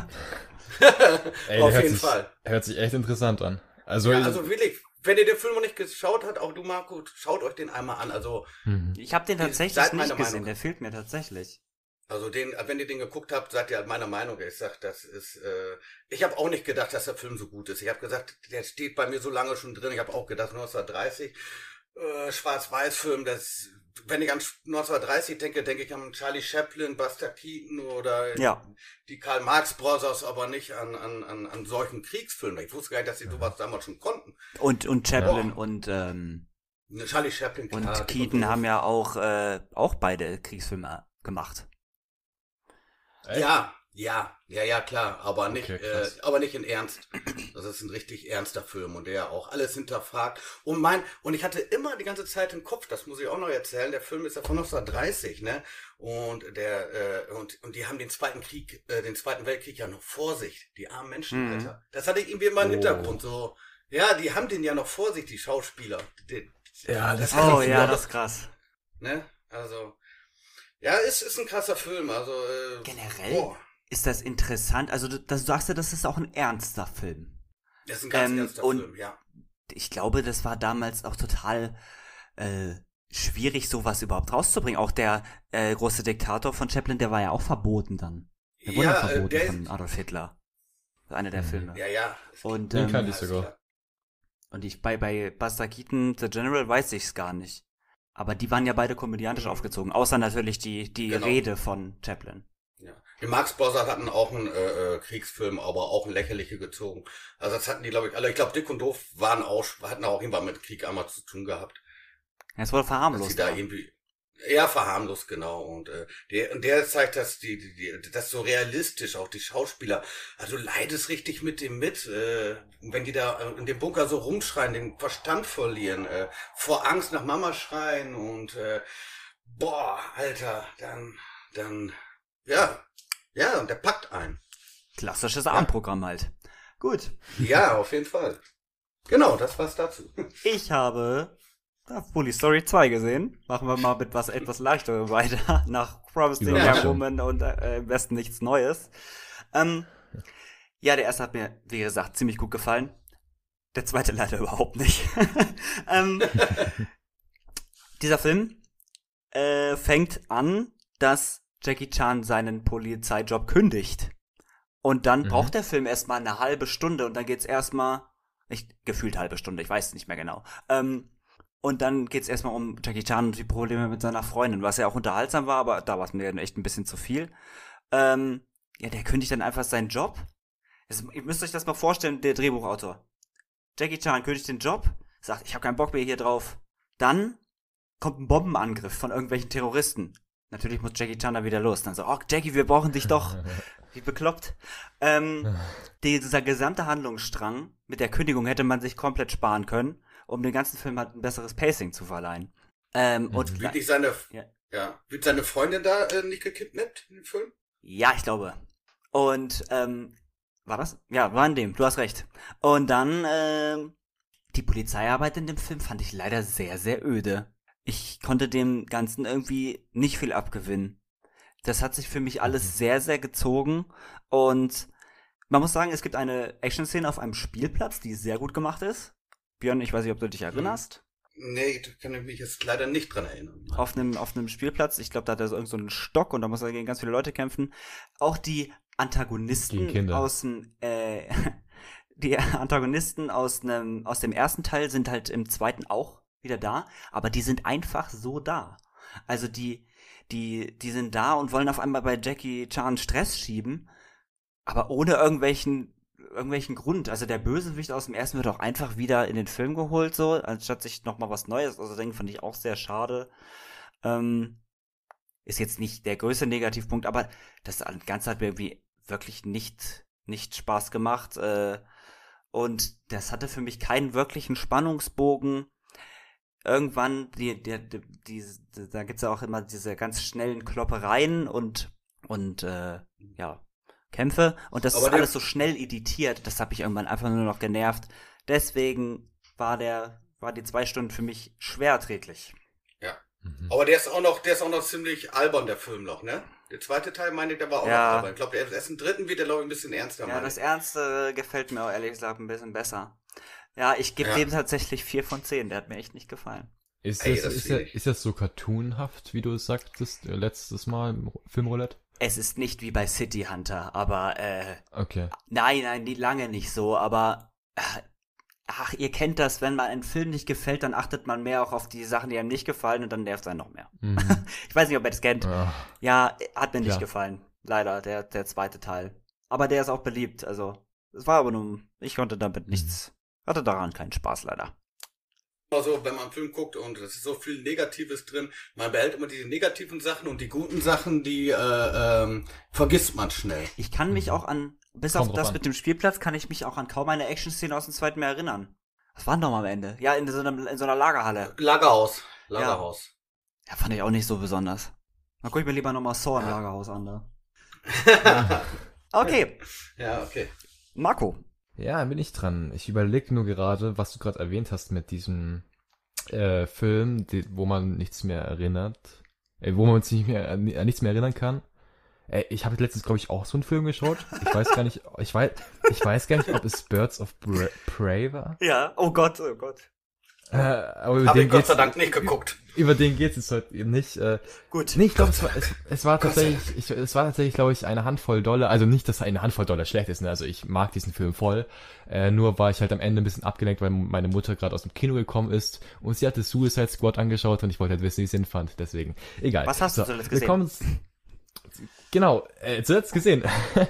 Ey, auf jeden sich, Fall. Hört sich echt interessant an. Also, ja, also wirklich, wenn ihr den Film noch nicht geschaut habt, auch du, Marco, schaut euch den einmal an. Also mhm. Ich habe den tatsächlich nicht gesehen, Meinung. Der fehlt mir tatsächlich. Also den, wenn ihr den geguckt habt, seid ihr meiner Meinung. Ich sag, das ist, äh, ich habe auch nicht gedacht, dass der Film so gut ist. Ich habe gesagt, der steht bei mir so lange schon drin. Ich habe auch gedacht, neunzehnhundertdreißig, äh, Schwarz-Weiß-Film, das... Wenn ich an neunzehnhundertdreißig denke, denke ich an Charlie Chaplin, Buster Keaton oder ja. die Karl Marx Brothers, aber nicht an, an, an, an solchen Kriegsfilmen. Ich wusste gar nicht, dass sie sowas damals schon konnten. Und, und Chaplin oh. und, ähm, Charlie Chaplin, klar, und Keaton haben ja auch, äh, auch beide Kriegsfilme gemacht. Echt? Ja, Ja, ja, ja, klar, aber nicht, Okay, äh, krass. aber nicht in Ernst. Das ist ein richtig ernster Film und der auch alles hinterfragt. Und mein, und ich hatte immer die ganze Zeit im Kopf, das muss ich auch noch erzählen, der Film ist ja von neunzehnhundertdreißig, ne? Und der, äh, und, und die haben den Zweiten Krieg, äh, den Zweiten Weltkrieg ja noch vor sich, die armen Menschen, Mhm. Alter. Das hatte ich irgendwie immer im Oh. Hintergrund, so. Ja, die haben den ja noch vor sich, die Schauspieler. Die, Ja, das hatte Oh ich ja, immer- das ist krass. Ne? Also, ja, ist, ist ein krasser Film, also, äh, Generell boah, ist das interessant. Also du, das, du sagst ja, das ist auch ein ernster Film. das ist ein ganz Ähm, ernster und- Film, ja. Ich glaube, das war damals auch total äh, schwierig, sowas überhaupt rauszubringen. Auch der äh, große Diktator von Chaplin, der war ja auch verboten dann. Der wurde ja, Ja, äh, verboten der von Adolf Hitler. Einer der Mhm. Filme. Ja, ja. Und, Den ähm, kannte ich Ja, ist sogar. klar. Und ich bei, bei Buster Keaton, The General, weiß ich's gar nicht. Aber die waren ja beide komödiantisch Mhm. aufgezogen. Außer natürlich die, die Genau. Rede von Chaplin. Ja. Die Marx Brothers hatten auch einen äh, äh, Kriegsfilm, aber auch einen lächerliche gezogen. Also das hatten die, glaube ich, alle. Ich glaube, Dick und Doof waren auch, hatten auch irgendwann mit Krieg einmal zu tun gehabt. Ja, es wurde Dass sie verharmlost. da ja. irgendwie eher verharmlost, genau. Und äh, der, und der zeigt, dass die, die, die, das so realistisch, auch die Schauspieler. Also du leidest richtig mit dem mit, äh, wenn die da äh, in dem Bunker so rumschreien, den Verstand verlieren, äh, vor Angst nach Mama schreien und äh, boah, Alter, dann, dann, ja, ja, und der packt ein. Klassisches Abendprogramm halt. Gut. Ja, auf jeden Fall. Genau, das war's dazu. Ich habe da Police Story zwei gesehen. Machen wir mal mit was etwas leichterem weiter. Nach Promising Young Überraschung. Woman und äh, im Westen nichts Neues. Ähm, ja, der erste hat mir, wie gesagt, ziemlich gut gefallen. Der zweite leider überhaupt nicht. ähm, dieser Film äh, fängt an, dass Jackie Chan seinen Polizeijob kündigt. Und dann Mhm. braucht der Film erstmal eine halbe Stunde und dann geht's erstmal, ich gefühlt halbe Stunde, ich weiß es nicht mehr genau. Ähm, und dann geht's erstmal um Jackie Chan und die Probleme mit seiner Freundin, was ja auch unterhaltsam war, aber da war es mir echt ein bisschen zu viel. Ähm, ja, der kündigt dann einfach seinen Job. Das, ihr müsst euch das mal vorstellen, der Drehbuchautor. Jackie Chan kündigt den Job, sagt, ich habe keinen Bock mehr hier drauf. Dann kommt ein Bombenangriff von irgendwelchen Terroristen. Natürlich muss Jackie Chan da wieder los. Dann so, oh Jackie, wir brauchen dich doch. Wie bekloppt. Ähm, dieser gesamte Handlungsstrang mit der Kündigung hätte man sich komplett sparen können, um den ganzen Film halt ein besseres Pacing zu verleihen. Ähm, Mhm. und Wird nicht seine, Ja. ja, wird seine Freundin da äh, nicht gekidnappt in dem Film? ja, ich glaube. Und, ähm, war das? Ja, war in dem, du hast recht. Und dann, ähm, die Polizeiarbeit in dem Film fand ich leider sehr, sehr öde. Ich konnte dem Ganzen irgendwie nicht viel abgewinnen. Das hat sich für mich alles Mhm. sehr, sehr gezogen. Und man muss sagen, es gibt eine Action-Szene auf einem Spielplatz, die sehr gut gemacht ist. Björn, ich weiß nicht, ob du dich erinnerst. Nee, da kann ich mich jetzt leider nicht dran erinnern. Auf einem, auf einem Spielplatz. Ich glaube, da hat er so irgend so einen Stock und da muss er gegen ganz viele Leute kämpfen. Auch die Antagonisten Gegen Kinder. aus dem, äh, die Antagonisten aus einem, aus dem ersten Teil sind halt im zweiten auch wieder da, aber die sind einfach so da. Also die, die, die sind da und wollen auf einmal bei Jackie Chan Stress schieben, aber ohne irgendwelchen, irgendwelchen Grund. Also der Bösewicht aus dem ersten wird auch einfach wieder in den Film geholt, so, anstatt sich nochmal was Neues auszudenken, fand ich auch sehr schade. Ähm, ist jetzt nicht der größte Negativpunkt, aber das Ganze hat mir irgendwie wirklich nicht, nicht Spaß gemacht. Äh, und das hatte für mich keinen wirklichen Spannungsbogen. Irgendwann, die, die, die, die, da gibt's ja auch immer diese ganz schnellen Kloppereien und, und äh, ja, Kämpfe. Und das Aber ist der- alles so schnell editiert. Das hat mich irgendwann einfach nur noch genervt. Deswegen war der, war die zwei Stunden für mich schwer erträglich. Mhm. Aber der ist auch noch, der ist auch noch ziemlich albern, der Film noch, ne? Der zweite Teil, meine ich, der war auch Ja. noch albern. Ich glaube, der erst im dritten wird der, glaube ich, ein bisschen ernster. Ja, meine das ich. Ernste gefällt mir auch ehrlich gesagt ein bisschen besser. Ja, ich gebe Ja. dem tatsächlich vier von zehn. Der hat mir echt nicht gefallen. Ist, Ey, das, das ist, fühl das, ich. ist das so cartoonhaft, wie du es sagtest, äh, letztes Mal im Filmroulette? Es ist nicht wie bei City Hunter, aber äh, Okay. nein, nein, die lange nicht so, aber äh, ach, ihr kennt das, wenn man ein Film nicht gefällt, dann achtet man mehr auch auf die Sachen, die einem nicht gefallen und dann nervt es einen noch mehr. Mhm. Ich weiß nicht, ob ihr das kennt. Ah, Ja, hat mir nicht Klar. gefallen. Leider, der, der zweite Teil. Aber der ist auch beliebt, also es war aber nur, ich konnte damit Mhm. nichts, hatte daran keinen Spaß leider. Also, wenn man einen Film guckt und es ist so viel Negatives drin, man behält immer diese negativen Sachen und die guten Sachen, die äh, ähm, vergisst man schnell. Ich kann mich auch an, bis Kommt auf drauf das an. mit dem Spielplatz, kann ich mich auch an kaum eine Action-Szene aus dem zweiten mehr erinnern. Was waren doch mal am Ende? Ja, in so, einem, in so einer Lagerhalle. Lagerhaus. Lagerhaus. Ja, fand ich auch nicht so besonders. Dann guck ich mir lieber nochmal Saw im Ja. Lagerhaus an, da. Okay, Ja, okay. Marco. Ja, bin ich dran. Ich überlege nur gerade, was du gerade erwähnt hast mit diesem äh, Film, die, wo man nichts mehr erinnert. Äh, wo man sich nicht mehr an, an nichts mehr erinnern kann. Äh, ich habe letztens, glaube ich, auch so einen Film geschaut. Ich weiß gar nicht, ich weiß, ich weiß gar nicht, ob es Birds of Bra- Prey war. Ja, oh Gott, oh Gott. Äh, aber über Habe den ich Gott geht's, sei Dank nicht geguckt. über den geht es heute eben nicht. Äh, Gut. Nee, ich glaube, es war, es, es war tatsächlich, ich, es war tatsächlich, glaube ich, eine Handvoll Dollar. Also nicht, dass eine Handvoll Dollar schlecht ist, ne? Also ich mag diesen Film voll. Äh, nur war ich halt am Ende ein bisschen abgelenkt, weil meine Mutter gerade aus dem Kino gekommen ist und sie hatte Suicide Squad angeschaut und ich wollte halt wissen, wie ich es fand. Deswegen, egal. Was hast du zuletzt gesehen? Wir kommen, genau, äh, zuletzt gesehen.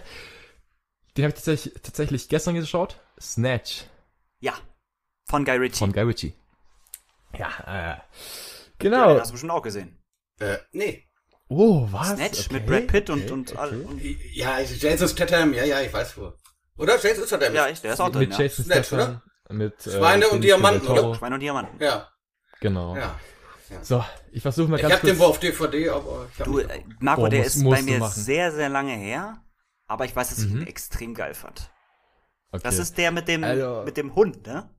Den habe ich tatsächlich, tatsächlich gestern geschaut. Snatch Ja, von Guy Ritchie. von Guy Ritchie. Ja, äh, Ja, genau. den hast du bestimmt auch gesehen. Äh, nee. Oh, was? Snatch Okay, mit Brad Pitt und, okay, und, okay. all- und Ja, Jason Statham, ja, ja, ich weiß wo. Oder? Jason Statham. ja, ich, der ist auch drin, Mit ja. Jason Snatch, Statham, mit äh, Schweine und Benicio Diamanten, del Toro. oder? Schwein und Diamanten. Ja, Genau. ja. So, ich versuche mal Ich ganz hab kurz. den wohl auf D V D, aber ich hab Du, nicht äh, Marco, Boah, der muss- ist musst bei du mir machen. sehr, sehr lange her, aber ich weiß, dass ich Mhm. ihn extrem geil fand. Okay. Das ist der mit dem, Also- mit dem Hund, ne?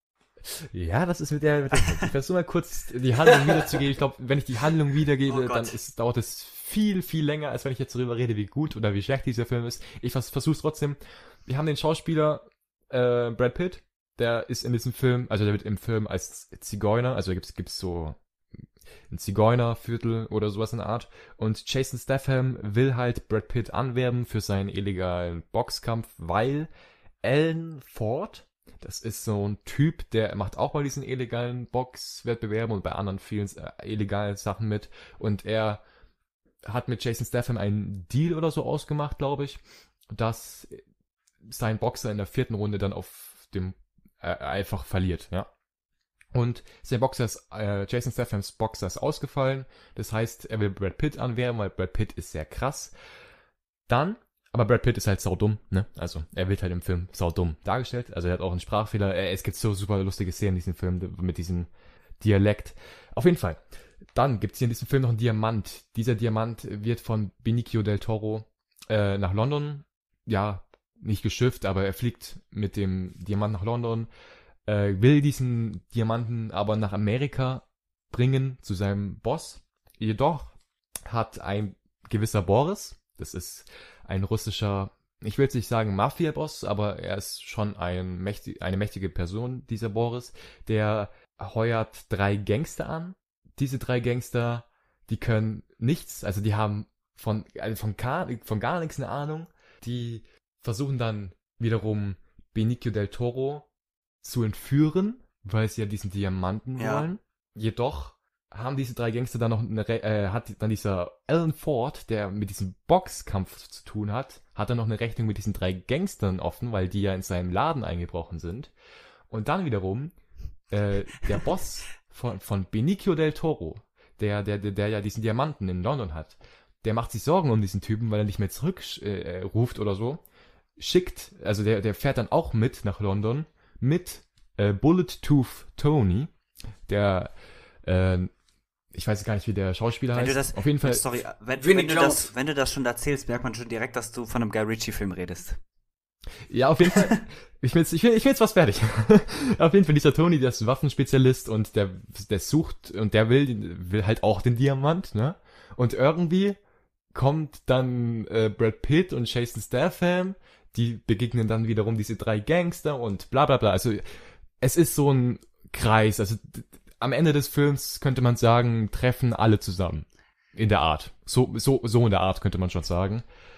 Ja, das ist mit der. Mit der ich versuche mal kurz die Handlung wiederzugeben. Ich glaube, wenn ich die Handlung wiedergebe, Oh Gott. dann ist, dauert es viel, viel länger, als wenn ich jetzt darüber rede, wie gut oder wie schlecht dieser Film ist. Ich vers versuche es trotzdem. Wir haben den Schauspieler äh, Brad Pitt, der ist in diesem Film, also der wird im Film als Zigeuner, also da gibt's gibt's so ein Zigeunerviertel oder sowas in der Art. Und Jason Statham will halt Brad Pitt anwerben für seinen illegalen Boxkampf, weil Alan Ford, das ist so ein Typ, der macht auch bei diesen illegalen Boxwettbewerben und bei anderen vielen äh, illegalen Sachen mit. Und er hat mit Jason Statham einen Deal oder so ausgemacht, glaube ich, dass sein Boxer in der vierten Runde dann auf dem äh, einfach verliert, ja. Und sein Boxer ist, äh, Jason Stathams Boxer ist ausgefallen. Das heißt, er will Brad Pitt anwerben, weil Brad Pitt ist sehr krass. Dann, aber Brad Pitt ist halt saudumm, ne? Also, er wird halt im Film saudumm dargestellt. Also, er hat auch einen Sprachfehler. Äh, es gibt so super lustige Szenen in diesem Film mit diesem Dialekt. Auf jeden Fall. Dann gibt's hier in diesem Film noch einen Diamant. Dieser Diamant wird von Benicio del Toro äh, nach London, ja, nicht geschifft, aber er fliegt mit dem Diamant nach London, äh, will diesen Diamanten aber nach Amerika bringen zu seinem Boss. Jedoch hat ein gewisser Boris, das ist ein russischer, ich will jetzt nicht sagen Mafia-Boss, aber er ist schon ein mächtig, eine mächtige Person, dieser Boris, der heuert drei Gangster an. Diese drei Gangster, die können nichts, also die haben von, also von, gar, von gar nichts eine Ahnung. Die versuchen dann wiederum Benicio del Toro zu entführen, weil sie ja diesen Diamanten Ja. wollen. Jedoch haben diese drei Gangster dann noch eine, Re äh, hat dann dieser Alan Ford, der mit diesem Boxkampf zu tun hat, hat dann noch eine Rechnung mit diesen drei Gangstern offen, weil die ja in seinem Laden eingebrochen sind. Und dann wiederum äh, der Boss von, von Benicio del Toro, der, der, der, der ja diesen Diamanten in London hat, der macht sich Sorgen um diesen Typen, weil er nicht mehr zurückruft äh, ruft oder so. Schickt, also der, der fährt dann auch mit nach London mit äh, Bullet Tooth Tony, der, äh, ich weiß gar nicht, wie der Schauspieler Wenn heißt. du das, Auf jeden Fall. sorry, wenn, Vinnie wenn, du Jones. das, wenn du das schon erzählst, merkt man schon direkt, dass du von einem Guy Ritchie-Film redest. Ja, auf jeden Fall. Ich will, ich will, ich will jetzt was fertig. Auf jeden Fall dieser Tony, der ist ein Waffenspezialist und der, der sucht und der will, will halt auch den Diamant, ne? Und irgendwie kommt dann äh, Brad Pitt und Jason Statham, die begegnen dann wiederum diese drei Gangster und bla bla bla. Also es ist so ein Kreis. Also d- am Ende des Films könnte man sagen, treffen alle zusammen. In der Art. So, so, so in der Art könnte man schon sagen.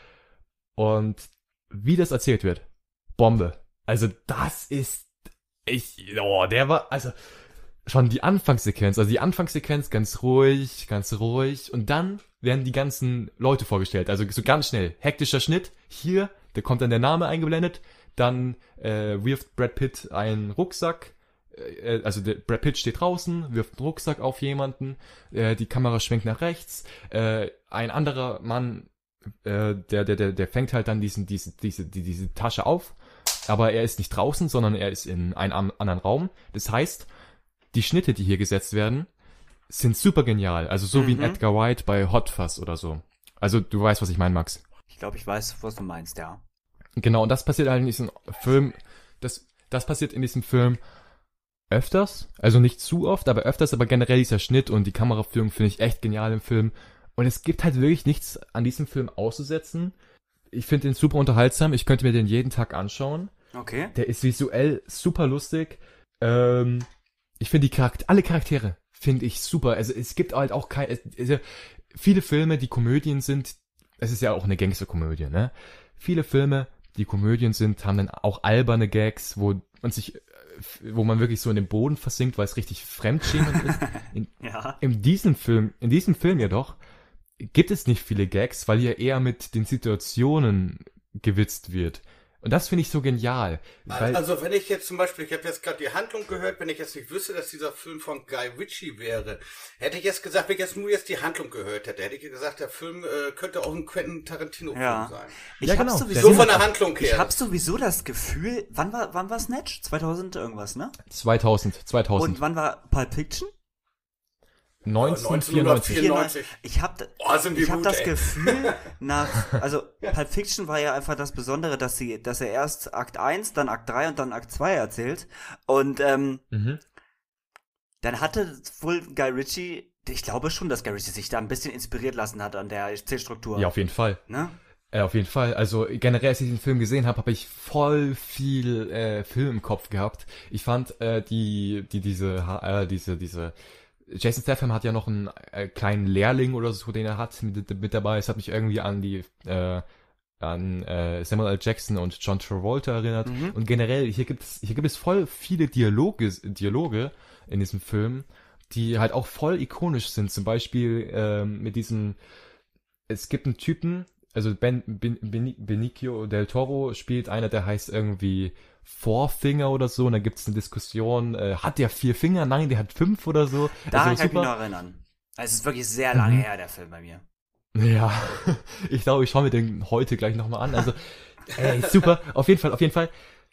Und wie das erzählt wird, Bombe. Also das ist, ich, oh, der war, also schon die Anfangssequenz, also die Anfangssequenz ganz ruhig, ganz ruhig und dann werden die ganzen Leute vorgestellt, also so ganz schnell, hektischer Schnitt, hier, da kommt dann der Name eingeblendet, dann äh, wirft Brad Pitt einen Rucksack äh, also der Brad Pitt steht draußen, wirft einen Rucksack auf jemanden, äh, die Kamera schwenkt nach rechts, äh, ein anderer Mann, äh, der, der, der, der fängt halt dann diesen, diese, diese, die, diese Tasche auf, aber er ist nicht draußen, sondern er ist in einem anderen Raum. Das heißt, die Schnitte, die hier gesetzt werden, sind super genial. Also so Mhm. wie ein Edgar Wright bei Hot Fuzz oder so. Also du weißt, was ich meine, Max. Ich glaube, ich weiß, was du meinst, ja. Genau, und das passiert halt in diesem Film, das, das passiert in diesem Film öfters, also nicht zu oft, aber öfters, aber generell dieser Schnitt und die Kameraführung finde ich echt genial im Film. Und es gibt halt wirklich nichts an diesem Film auszusetzen. Ich finde den super unterhaltsam, ich könnte mir den jeden Tag anschauen. Okay. Der ist visuell super lustig. Ähm, ich finde die Charakter, alle Charaktere finde ich super. Also es gibt halt auch keine, also viele Filme, die Komödien sind, es ist ja auch eine Gangsterkomödie, ne? Viele Filme, die Komödien sind, haben dann auch alberne Gags, wo man sich, wo man wirklich so in den Boden versinkt, weil es richtig fremdschämend ist. In, Ja. in diesem Film, in diesem Film jedoch gibt es nicht viele Gags, weil hier eher mit den Situationen gewitzt wird. Und das finde ich so genial. Weil, Also wenn ich jetzt zum Beispiel, ich habe jetzt gerade die Handlung gehört, wenn ich jetzt nicht wüsste, dass dieser Film von Guy Ritchie wäre, hätte ich jetzt gesagt, wenn ich jetzt nur jetzt die Handlung gehört hätte, hätte ich gesagt, der Film äh, könnte auch ein Quentin Tarantino-Film Ja. sein. Ich Ja, hab genau. sowieso, So von der Handlung her. ich hab sowieso das Gefühl, wann war, wann war Snatch? zweitausend irgendwas, ne? zweitausend, zweitausend. Und wann war Pulp Fiction? neunzehnhundertvierundneunzig. vierundneunzig. Ich habe Oh, sind die ich hab gut, das ey. Gefühl nach, also Pulp Fiction war ja einfach das Besondere, dass sie, dass er erst Akt eins, dann Akt drei und dann Akt zwei erzählt. Und ähm, Mhm. dann hatte wohl Guy Ritchie, ich glaube schon, dass Guy Ritchie sich da ein bisschen inspiriert lassen hat an der Erzählstruktur. Ja, auf jeden Fall. Ne? Äh, auf jeden Fall. Also generell, als ich den Film gesehen habe, habe ich voll viel äh, Film im Kopf gehabt. Ich fand äh, die, die diese, ha- äh, diese, diese Jason Statham hat ja noch einen äh, kleinen Lehrling oder so, den er hat mit, mit dabei. Es hat mich irgendwie an die äh, an äh, Samuel L. Jackson und John Travolta erinnert. Mhm. Und generell, hier gibt es hier gibt es voll viele Dialoge, Dialoge in diesem Film, die halt auch voll ikonisch sind. Zum Beispiel ähm, mit diesem, es gibt einen Typen, also Ben, ben, ben, Benicio del Toro spielt einer, der heißt irgendwie Four Finger oder so, und da gibt es eine Diskussion, äh, hat der vier Finger? Nein, der hat fünf oder so. Daran Also kann ich mich super. noch erinnern. Es ist wirklich sehr lange Mhm. her, der Film bei mir. Ja, ich glaube, ich schaue mir den heute gleich nochmal an. Also, ey, super. Auf jeden Fall, auf jeden Fall.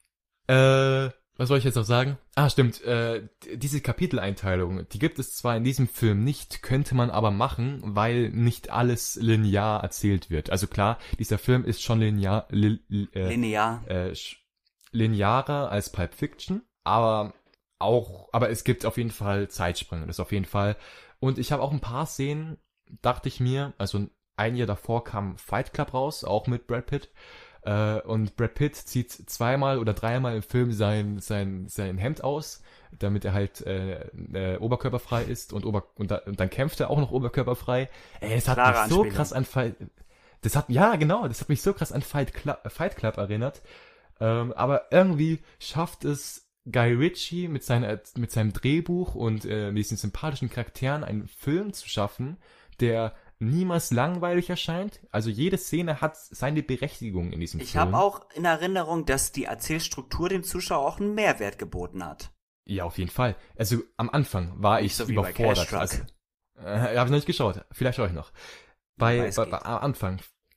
Äh, was soll ich jetzt noch sagen? Ah, stimmt. Äh, d- diese Kapiteleinteilung, die gibt es zwar in diesem Film nicht, könnte man aber machen, weil nicht alles linear erzählt wird. Also klar, dieser Film ist schon linear, li, li, äh, Linear. äh, sch- linearer als Pulp Fiction, aber auch, aber es gibt auf jeden Fall Zeitsprünge, das auf jeden Fall. Und ich habe auch ein paar Szenen, dachte ich mir, also ein Jahr davor kam Fight Club raus, auch mit Brad Pitt. Äh, und Brad Pitt zieht zweimal oder dreimal im Film sein, sein, sein Hemd aus, damit er halt äh, äh, oberkörperfrei ist und, Ober und, da, und dann kämpft er auch noch oberkörperfrei. Ey, es hat Klare mich so Anspielung. krass an Fight, das hat, ja genau, das hat mich so krass an Fight Club, Fight Club erinnert. Ähm, aber irgendwie schafft es Guy Ritchie mit, seiner, mit seinem Drehbuch und äh, diesen sympathischen Charakteren einen Film zu schaffen, der niemals langweilig erscheint. Also jede Szene hat seine Berechtigung in diesem Ich Film. habe auch in Erinnerung, dass die Erzählstruktur dem Zuschauer auch einen Mehrwert geboten hat. Ja, auf jeden Fall. Also am Anfang war Nicht ich so wie bei überfordert. Cash Truck. Also, äh, habe ich noch nicht geschaut. Vielleicht schaue ich noch. Bei, Ja, es bei, geht. bei am Anfang,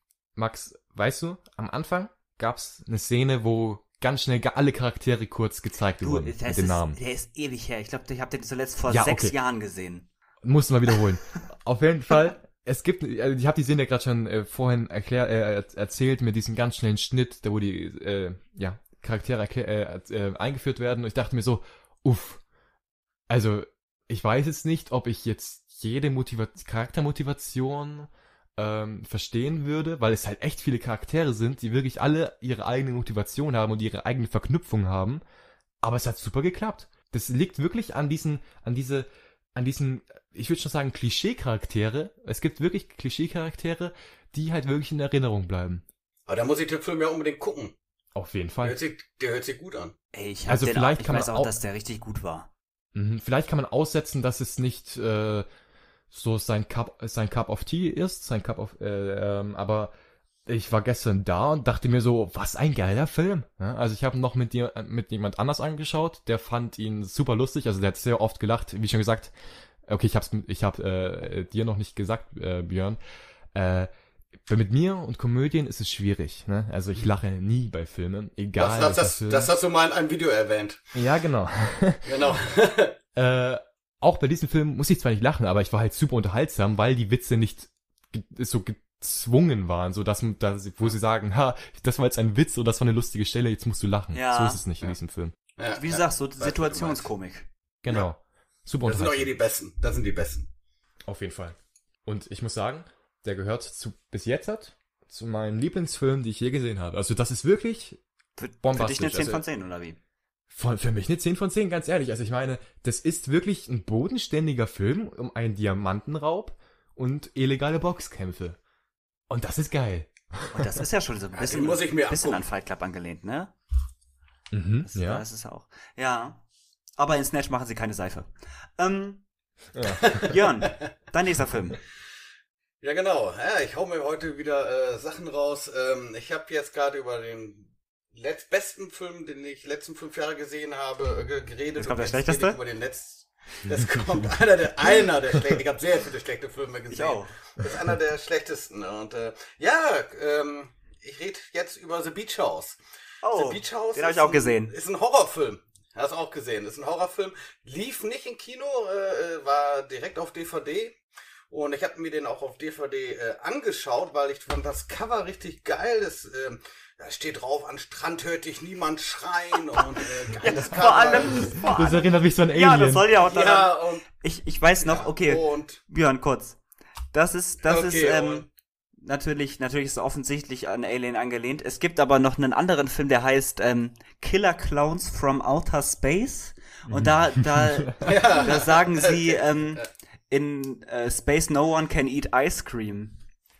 Max, weißt du, am Anfang gab's eine Szene, wo ganz schnell ga- alle Charaktere kurz gezeigt Du, wurden der mit ist, den Namen. der ist ewig her. Ich glaube, ich habe den zuletzt vor Ja, sechs okay. Jahren gesehen. Musst du mal wiederholen. Auf jeden Fall, es gibt, also ich habe die Szene ja gerade schon äh, vorhin erklär, äh, er- erzählt mit diesem ganz schnellen Schnitt, da wo die äh, ja, Charaktere erklä- äh, äh, eingeführt werden. Und ich dachte mir so, uff, also ich weiß jetzt nicht, ob ich jetzt jede Motiva Charaktermotivation ähm, verstehen würde, weil es halt echt viele Charaktere sind, die wirklich alle ihre eigene Motivation haben und ihre eigene Verknüpfung haben. Aber es hat super geklappt. Das liegt wirklich an diesen, an diese, an diesen, ich würde schon sagen, Klischee-Charaktere. Es gibt wirklich Klischee-Charaktere, die halt wirklich in Erinnerung bleiben. Aber da muss ich den Film ja unbedingt gucken. Auf jeden Der Fall. hört sich, der hört sich gut an. Ey, ich hab Also den vielleicht auch, ich kann man weiß auch, auch- dass der richtig gut war. Mhm. Vielleicht kann man aussetzen, dass es nicht äh, so sein Cup, sein Cup of Tea ist, sein Cup of, äh, ähm, aber ich war gestern da und dachte mir so, was ein geiler Film. Ja, also ich habe noch mit dir, mit jemand anders angeschaut, der fand ihn super lustig, also der hat sehr oft gelacht, wie schon gesagt. Okay, ich hab's, ich hab äh, dir noch nicht gesagt, äh, Björn. Äh, mit mir und Komödien ist es schwierig, ne? Also ich lache nie bei Filmen, egal. Das, das, das, das hast du mal in einem Video erwähnt. Ja, genau. Genau. äh, auch bei diesem Film muss ich zwar nicht lachen, aber ich war halt super unterhaltsam, weil die Witze nicht ge- so gezwungen waren, so dass, dass wo sie sagen, ha, das war jetzt ein Witz oder das war eine lustige Stelle, jetzt musst du lachen. Ja. So ist es nicht in diesem Film. Ja, Wie du ja. sagst, so Weißt du, Situationskomik. Genau. Ja. Super Das sind doch unterhaltsam. hier die Besten. Das sind die Besten. Auf jeden Fall. Und ich muss sagen, der gehört zu bis jetzt hat zu meinen Lieblingsfilmen, die ich je gesehen habe. Also das ist wirklich Für, für bombastisch. dich eine zehn Also, von zehn, oder wie? Von, für mich eine zehn von zehn, ganz ehrlich. Also ich meine, das ist wirklich ein bodenständiger Film um einen Diamantenraub und illegale Boxkämpfe. Und das ist geil. Und das ist ja schon so ein Ja, bisschen, den muss ich mir bisschen angucken. an Fight Club angelehnt, ne? Mhm, Das, ja. das ist ja auch. Ja. Aber in Snatch machen sie keine Seife. Ähm, ja. Jörn, dein nächster Film. Ja, genau. Ja, ich hau mir heute wieder äh, Sachen raus. Ähm, ich habe jetzt gerade über den letzt besten Film, den ich letzten fünf Jahre gesehen habe, äh, geredet. Jetzt kommt der Und schlechteste? rede ich Über den letzten. Das kommt einer der einer der schlechten. Ich habe sehr viele schlechte Filme gesehen. Ich auch. Das ist einer der schlechtesten. Und äh, ja, ähm, ich rede jetzt über The Beach House. Oh, The Beach House den habe ich ist auch ein- gesehen. Ist ein Horrorfilm. Hast du auch gesehen. Ist ein Horrorfilm. Lief nicht im Kino, äh, war direkt auf D V D. Und ich habe mir den auch auf D V D äh, angeschaut, weil ich fand das Cover richtig geil. Das, ähm, da steht drauf, an Strand hört dich niemand schreien und äh, geiles Cover. Vor allem, vor Das allem. erinnert mich so an Alien. Ja, das soll ja auch daran. Ja, und, Ich, ich weiß noch, okay, und Björn, kurz. Das ist, das Okay, ist, ähm, und- natürlich, natürlich ist es offensichtlich an Alien angelehnt. Es gibt aber noch einen anderen Film, der heißt ähm, Killer Clowns from Outer Space. Und da, da, da sagen sie, ähm, in äh, Space no one can eat ice cream.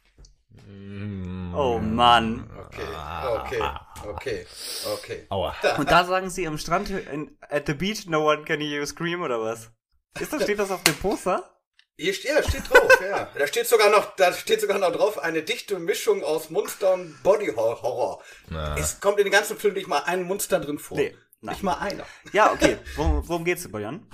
Oh Mann. okay, okay, okay, okay. Aua. Und da sagen sie am Strand, in, at the beach no one can hear you scream, oder was? Ist das, steht das auf dem Poster? Hier steht, ja, steht drauf, ja. Da steht sogar noch, da steht sogar noch drauf, eine dichte Mischung aus Monster und Body Horror. Na. Es kommt in den ganzen Film nicht mal ein Monster drin vor. Nee, nein. Nicht mal einer. Ja, okay. Worum, worum geht's, Björn?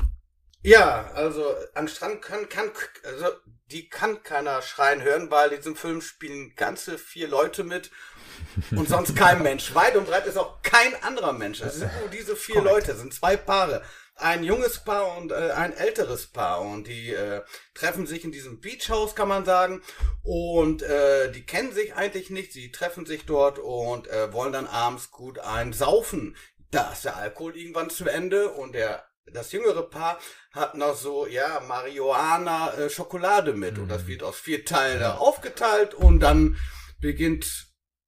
Ja, also am Strand kann, kann, also die kann keiner schreien hören, weil in diesem Film spielen ganze vier Leute mit und sonst kein Mensch. Weit und breit ist auch kein anderer Mensch. Es sind nur diese vier Korrekt. Leute, es sind zwei Paare. Ein junges Paar und äh, ein älteres Paar und die äh, treffen sich in diesem Beachhaus, kann man sagen, und äh, die kennen sich eigentlich nicht, sie treffen sich dort und äh, wollen dann abends gut ein saufen. Da ist der Alkohol irgendwann zu Ende und der das jüngere Paar hat noch so, ja, Marihuana äh, Schokolade mit und das wird aus vier Teilen da aufgeteilt und dann beginnt,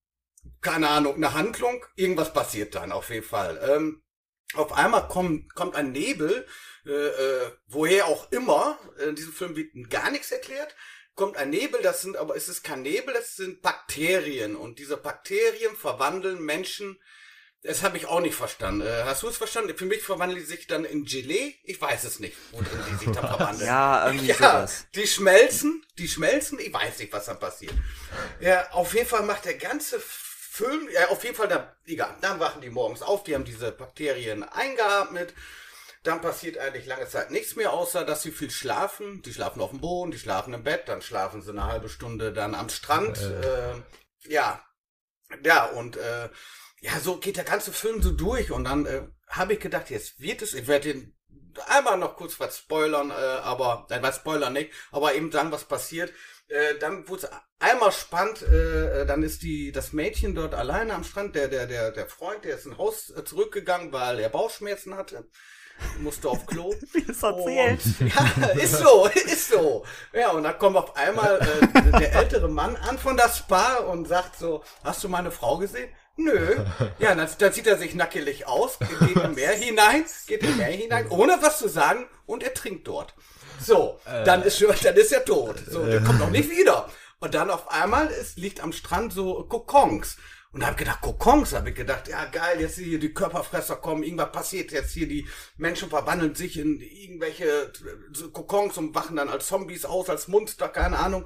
keine Ahnung, eine Handlung, irgendwas passiert dann auf jeden Fall. Ähm, auf einmal kommt, kommt ein Nebel, äh, äh, woher auch immer, in diesem Film wird gar nichts erklärt, kommt ein Nebel, das sind, aber es ist kein Nebel, das sind Bakterien und diese Bakterien verwandeln Menschen. Das habe ich auch nicht verstanden. Äh, hast du es verstanden? Für mich verwandeln die sich dann in Gelee. Ich weiß es nicht, worin die sich dann verwandeln. Ja, irgendwie Ja, sowas. die schmelzen, die schmelzen. Ich weiß nicht, was dann passiert. Ja, auf jeden Fall macht der ganze Film, ja, auf jeden Fall, da, egal, dann wachen die morgens auf, die haben diese Bakterien eingeatmet. Dann passiert eigentlich lange Zeit nichts mehr, außer dass sie viel schlafen. Die schlafen auf dem Boden, die schlafen im Bett, dann schlafen sie eine halbe Stunde dann am Strand. Äh. Äh, ja, ja, und äh, ja, so geht der ganze Film so durch und dann äh, habe ich gedacht, jetzt wird es, ich werde den einmal noch kurz was spoilern, äh, aber, nein, was spoilern nicht, aber eben sagen, was passiert. Äh, dann wurde es einmal spannend, äh, dann ist die das Mädchen dort alleine am Strand, der der der der Freund, der ist ins Haus äh, zurückgegangen, weil er Bauchschmerzen hatte, musste auf Klo. Wie es erzählt. Und, ja, ist so, ist so. Ja, und dann kommt auf einmal äh, der ältere Mann an von das Paar und sagt so, hast du meine Frau gesehen? Nö. Ja, dann, dann sieht er sich nackelig aus, geht im Meer hinein, geht im Meer hinein, ohne was zu sagen und er trinkt dort. So, dann ist schon, dann ist er tot. So, der kommt noch nicht wieder. Und dann auf einmal ist, liegt am Strand so Kokons. Und da hab ich gedacht, Kokons, hab ich gedacht, ja geil, jetzt hier die Körperfresser kommen, irgendwas passiert jetzt hier, die Menschen verwandeln sich in irgendwelche so Kokons und wachen dann als Zombies aus, als Monster, keine Ahnung.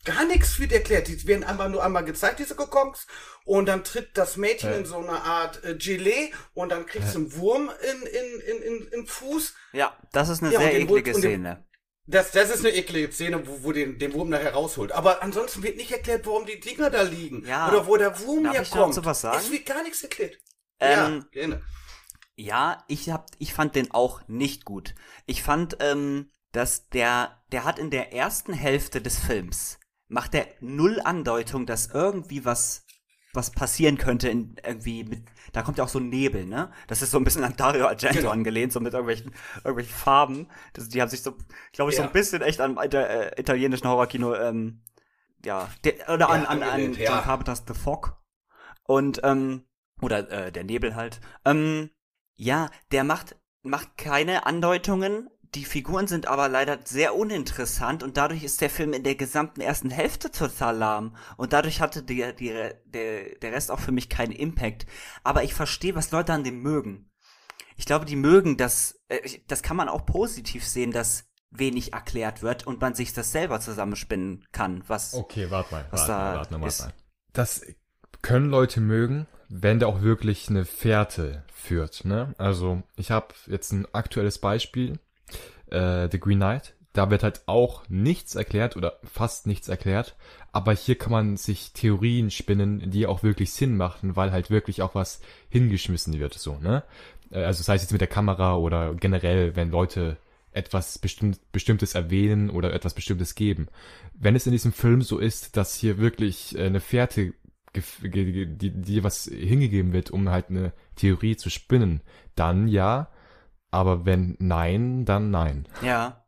gar nichts wird erklärt. Die werden einfach nur einmal gezeigt, diese Kokons. Und dann tritt das Mädchen Äh. in so eine Art äh, Gelee und dann kriegst du einen Wurm in, in, in, in, in Fuß. Ja, das ist eine Ja, und sehr den eklige Wurm- und den- Szene. Das, das ist eine eklige Szene, wo, wo den, den Wurm nachher rausholt. Aber ansonsten wird nicht erklärt, warum die Dinger da liegen. Ja. Oder wo der Wurm Darf herkommt. ich dazu was sagen? Es wird gar nichts erklärt. Ähm, ja, gerne. Ja, ich hab, ich fand den auch nicht gut. Ich fand, ähm, dass der, der hat in der ersten Hälfte des Films, macht er null Andeutung, dass irgendwie was, was passieren könnte in, irgendwie mit, da kommt ja auch so ein Nebel, ne? Das ist so ein bisschen an Dario Argento Genau. angelehnt, so mit irgendwelchen, irgendwelchen Farben. Das, die haben sich so, glaube ich, so Ja. ein bisschen echt an äh, italienischen Horrorkino, ähm, ja, der, oder an, Ja, an, an angelehnt, John ja. Carpenters The Fog. Und, ähm, oder äh, der Nebel halt. Ähm, ja, der macht, macht keine Andeutungen. Die Figuren sind aber leider sehr uninteressant und dadurch ist der Film in der gesamten ersten Hälfte total lahm. Und dadurch hatte der, die, der, der Rest auch für mich keinen Impact. Aber ich verstehe, was Leute an dem mögen. Ich glaube, die mögen das, äh, ich- das kann man auch positiv sehen, dass wenig erklärt wird und man sich das selber zusammenspinnen kann, was Okay, warte mal, Was warte da mal, warte mal, ist. warte mal. Das können Leute mögen, wenn der auch wirklich eine Fährte führt, ne? Also, ich habe jetzt ein aktuelles Beispiel, äh, The Green Knight. Da wird halt auch nichts erklärt oder fast nichts erklärt, aber hier kann man sich Theorien spinnen, die auch wirklich Sinn machen, weil halt wirklich auch was hingeschmissen wird, so, ne? Äh, Also, sei es jetzt mit der Kamera oder generell, wenn Leute etwas bestimmt, Bestimmtes erwähnen oder etwas Bestimmtes geben. Wenn es in diesem Film so ist, dass hier wirklich äh, eine Fährte, gef- ge- ge- die, die was hingegeben wird, um halt eine Theorie zu spinnen, dann ja. Aber wenn nein, dann nein. ja.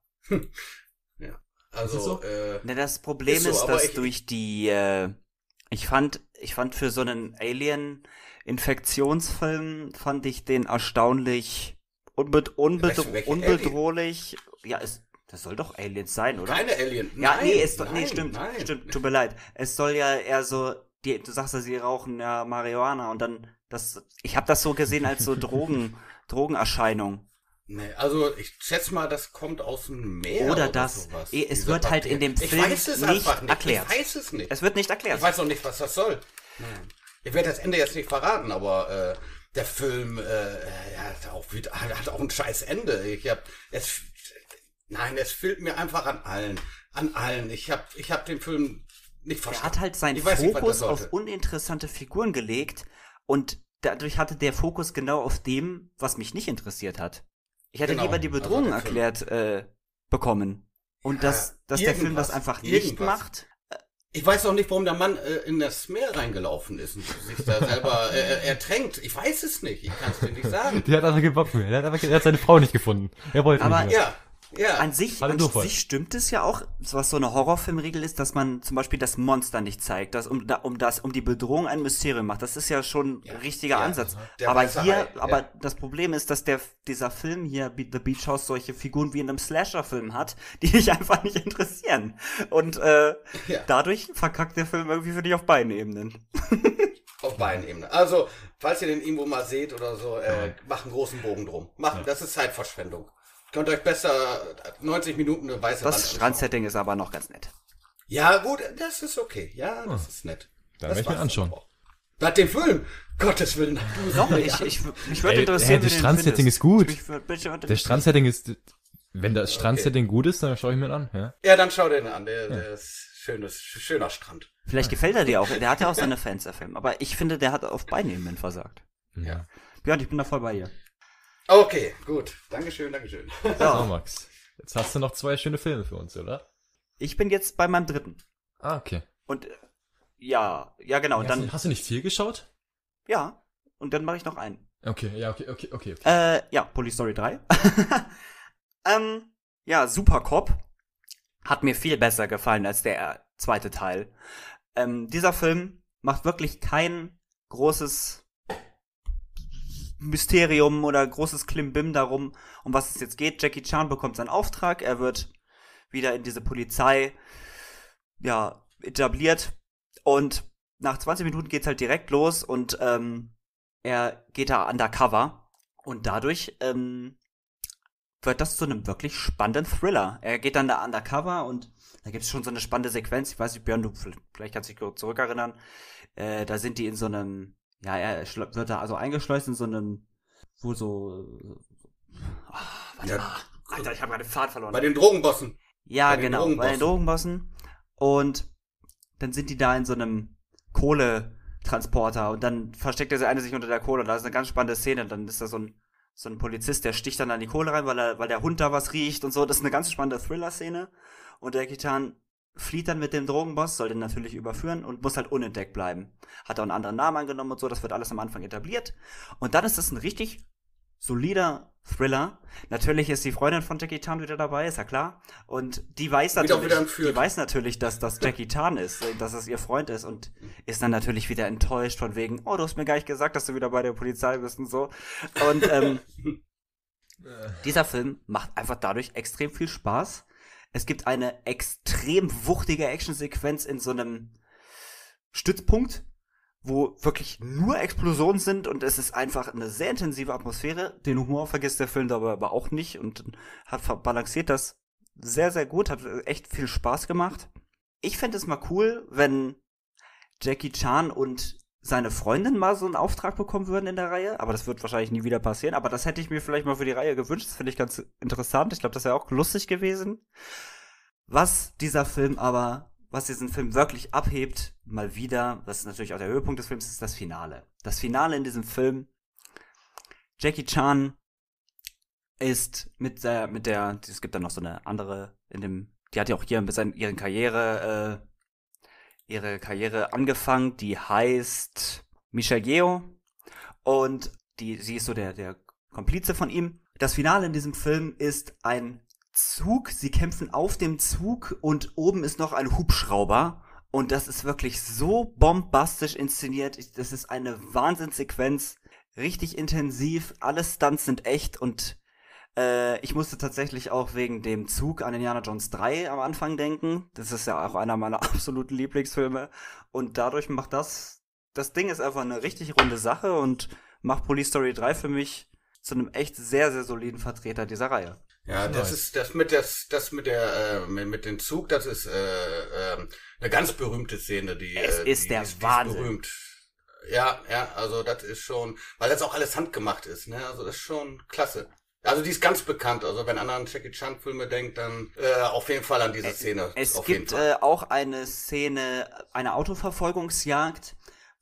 Also, ist so? äh, Ne, das Problem Ist ist, so, aber dass ich- durch die, äh, ich fand, ich fand für so einen Alien-Infektionsfilm fand ich den erstaunlich unbed unbedro Welche- welche unbedrohlich. Ja, es, das soll doch Aliens sein, oder? keine Alien. Ja, nein, nee, es, nee, nein, stimmt, nein. stimmt, tut mir leid. Es soll ja eher so, die, du sagst ja, sie rauchen ja Marihuana und dann, das, ich habe das so gesehen als so Drogen, Drogenerscheinung. Nee, also ich schätze mal, das kommt aus dem Meer. Oder oder das. sowas, Eh, es diese wird halt in dem Bakterien. Film ich weiß es nicht einfach nicht erklärt. Ich weiß es nicht. Es wird nicht Ich erklärt. weiß auch nicht, was das soll. Ich werde das Ende jetzt nicht verraten, aber äh, der Film äh, er hat, auch, wieder- hat auch ein scheiß Ende. Ich hab, es, nein, es fehlt mir einfach an allen. An allen. Ich habe ich hab den Film nicht Er verstanden. hat halt seinen Ich weiß nicht, was Fokus das sollte. auf uninteressante Figuren gelegt und dadurch hatte der Fokus genau auf dem, was mich nicht interessiert hat. Ich hätte Genau, lieber die also Bedrohung der Film. erklärt äh, bekommen. Und Ja, dass, dass der Film das irgendwas, einfach nicht irgendwas. macht. Ich weiß auch nicht, warum der Mann äh, in das Meer reingelaufen ist und sich da selber äh, ertränkt. Ich weiß es nicht. Ich kann es dir nicht sagen. Der hat einfach keinen Bock mehr. Der hat, einfach, er hat seine Frau nicht gefunden. Er wollte Aber nicht mehr. Ja, ja. An sich, Hatte an Durchfall. sich stimmt es ja auch, was so eine Horrorfilmregel ist, dass man zum Beispiel das Monster nicht zeigt, dass um, da- um das, um die Bedrohung ein Mysterium macht. Das ist ja schon ein richtiger ja, Ansatz. der Aber weiße hier, Hai, ja. aber das Problem ist, dass der, dieser Film hier, Be- The Beach House, solche Figuren wie in einem Slasher-Film hat, die dich einfach nicht interessieren. Und, äh, Ja. dadurch verkackt der Film irgendwie für dich auf beiden Ebenen. Auf beiden Ebenen. Also, falls ihr den irgendwo mal seht oder so, äh, macht einen großen Bogen drum. Macht, das ist Zeitverschwendung. Könnt euch besser neunzig Minuten eine weiße Wand Das anschauen. Strandsetting ist aber noch ganz nett. Ja, gut, das ist okay. Ja, das ist nett. Dann Das werd ich mir war's anschauen. dann auch. Nach dem Film, Gottes Willen. Du Doch, ich, ich, mich würde Ey, interessieren, ey, das wie du den Strandsetting findest. ist gut. Mich würd- bitte Der interessieren. Strandsetting ist, wenn das Strandsetting gut ist, dann schaue ich mir den an, ja. Ja, dann schau den an. Der, der ist schönes, schöner Strand. Vielleicht gefällt er dir auch. Der hat ja auch seine Fans, der Film. Aber ich finde, der hat auf beiden Ebenen versagt. Ja. Björn, ich bin da voll bei dir. Okay, gut. Dankeschön, Dankeschön. So, Max. Jetzt hast du noch zwei schöne Filme für uns, oder? Ich bin jetzt bei meinem dritten. Ah, okay. Und äh, ja, ja genau. Und hast, dann, du, hast du nicht viel geschaut? ja. Und dann mache ich noch einen. Okay, ja, okay, okay, okay. okay. Äh, ja, Police Story drei. ähm, ja, Supercop hat mir viel besser gefallen als der zweite Teil. Ähm, dieser Film macht wirklich kein großes Mysterium oder großes Klimbim darum, um was es jetzt geht. Jackie Chan bekommt seinen Auftrag, er wird wieder in diese Polizei, ja, etabliert und nach zwanzig Minuten geht's halt direkt los und, ähm, er geht da undercover und dadurch, ähm, wird das zu einem wirklich spannenden Thriller. Er geht dann da undercover und da gibt es schon so eine spannende Sequenz. Ich weiß nicht, Björn, du vielleicht kannst dich kurz zurückerinnern. Äh, da sind die in so einem, ja, er wird da also eingeschleust in so einem, wo so, oh, warte Ja. mal. Alter, ich habe gerade den Faden verloren. Bei den Drogenbossen. Ja, Bei den genau, bei den Drogenbossen. Und dann sind die da in so einem Kohletransporter und dann versteckt der eine sich unter der Kohle und da ist eine ganz spannende Szene. Dann ist da so ein, so ein Polizist, der sticht dann an die Kohle rein, weil, er, weil der Hund da was riecht und so. Das ist eine ganz spannende Thriller-Szene. Und der Chan flieht dann mit dem Drogenboss, soll den natürlich überführen und muss halt unentdeckt bleiben. Hat auch einen anderen Namen angenommen und so, das wird alles am Anfang etabliert. Und dann ist das ein richtig solider Thriller. Natürlich ist die Freundin von Jackie Chan wieder dabei, ist ja klar. Und die weiß Wird auch natürlich, wieder entführt. die weiß natürlich, dass das Jackie Chan ist, dass es ihr Freund ist und ist dann natürlich wieder enttäuscht von wegen, oh, du hast mir gar nicht gesagt, dass du wieder bei der Polizei bist und so. Und ähm, dieser Film macht einfach dadurch extrem viel Spaß. Es gibt eine extrem wuchtige Actionsequenz in so einem Stützpunkt, wo wirklich nur Explosionen sind und es ist einfach eine sehr intensive Atmosphäre. Den Humor vergisst der Film dabei aber auch nicht und hat balanciert das sehr, sehr gut, hat echt viel Spaß gemacht. Ich fände es mal cool, wenn Jackie Chan und seine Freundin mal so einen Auftrag bekommen würden in der Reihe, aber das wird wahrscheinlich nie wieder passieren, aber das hätte ich mir vielleicht mal für die Reihe gewünscht, das finde ich ganz interessant, ich glaube, das wäre auch lustig gewesen. Was dieser Film aber, was diesen Film wirklich abhebt, mal wieder, das ist natürlich auch der Höhepunkt des Films, ist das Finale. Das Finale in diesem Film, Jackie Chan ist mit der, mit der, es gibt dann noch so eine andere in dem, die hat ja auch hier mit seinen, ihren Karriere, äh, ihre Karriere angefangen, die heißt Michelle Yeoh und die, sie ist so der, der Komplize von ihm. Das Finale in diesem Film ist ein Zug, sie kämpfen auf dem Zug und oben ist noch ein Hubschrauber und das ist wirklich so bombastisch inszeniert, das ist eine Wahnsinnssequenz, richtig intensiv, alle Stunts sind echt und äh, ich musste tatsächlich auch wegen dem Zug an Indiana Jones drei am Anfang denken. Das ist ja auch einer meiner absoluten Lieblingsfilme. Und dadurch macht das, das Ding ist einfach eine richtig runde Sache und macht Police Story drei für mich zu einem echt sehr, sehr soliden Vertreter dieser Reihe. Ja, das ist das mit das das mit der äh, mit, mit dem Zug, das ist äh, äh, eine ganz berühmte Szene, die Es äh, ist die, der die, die Wahnsinn. Ist berühmt. Ja, ja, also das ist schon, weil das auch alles handgemacht ist, ne? Also das ist schon klasse. Also die ist ganz bekannt. Also wenn einer an Jackie Chan Filme denkt, dann äh, auf jeden Fall an diese Szene. Es auf gibt jeden Fall. äh, auch eine Szene, eine Autoverfolgungsjagd,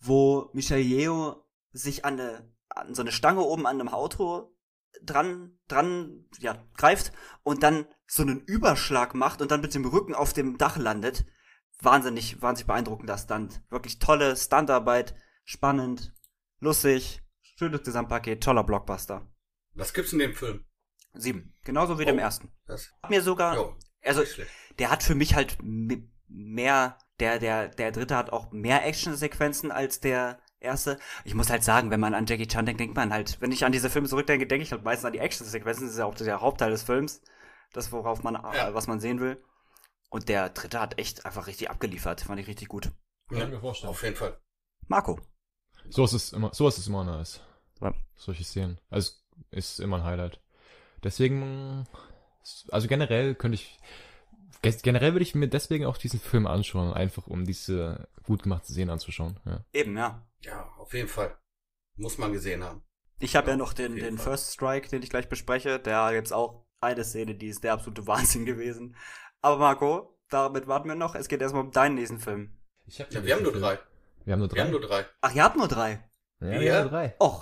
wo Michelle Yeoh sich an, eine, an so eine Stange oben an einem Auto dran, dran, ja, greift und dann so einen Überschlag macht und dann mit dem Rücken auf dem Dach landet. Wahnsinnig, wahnsinnig beeindruckender Stunt. Wirklich tolle Stuntarbeit, spannend, lustig, schönes Gesamtpaket, toller Blockbuster. Was gibt's in dem Film? Sieben. Genauso wie Oh, dem ersten. Das, Hat mir sogar, jo, also, nicht schlecht. der hat für mich halt m- mehr, der, der, der dritte hat auch mehr Actionsequenzen als der erste. Ich muss halt sagen, wenn man an Jackie Chan denkt, denkt man halt, wenn ich an diese Filme zurückdenke, denke ich halt meistens an die Actionsequenzen. Das ist ja auch der Hauptteil des Films. Das, worauf man, Ja. äh, was man sehen will. Und der dritte hat echt einfach richtig abgeliefert. Fand ich richtig gut. Kann ich mir vorstellen. Auf jeden Fall. Marco. So ist es immer, so ist es immer nice. Ja. Solche Szenen. Also, ist immer ein Highlight. Deswegen, also generell könnte ich, ge- generell würde ich mir deswegen auch diesen Film anschauen, einfach um diese gut gemachten Szenen anzuschauen, ja. Eben, ja. Ja, auf jeden Fall. Muss man gesehen haben. Ich habe ja, Ja, noch auf den, jeden den Fall. First Strike, den ich gleich bespreche. Der gibt's auch eine Szene, die ist der absolute Wahnsinn gewesen. Aber Marco, damit warten wir noch. Es geht erstmal um deinen nächsten Film. Ich hab Ja, wir haben nur drei. Wir haben nur drei. Wir haben nur drei. Ach, ihr habt nur drei. Ja, Wir? wir haben nur drei. Och.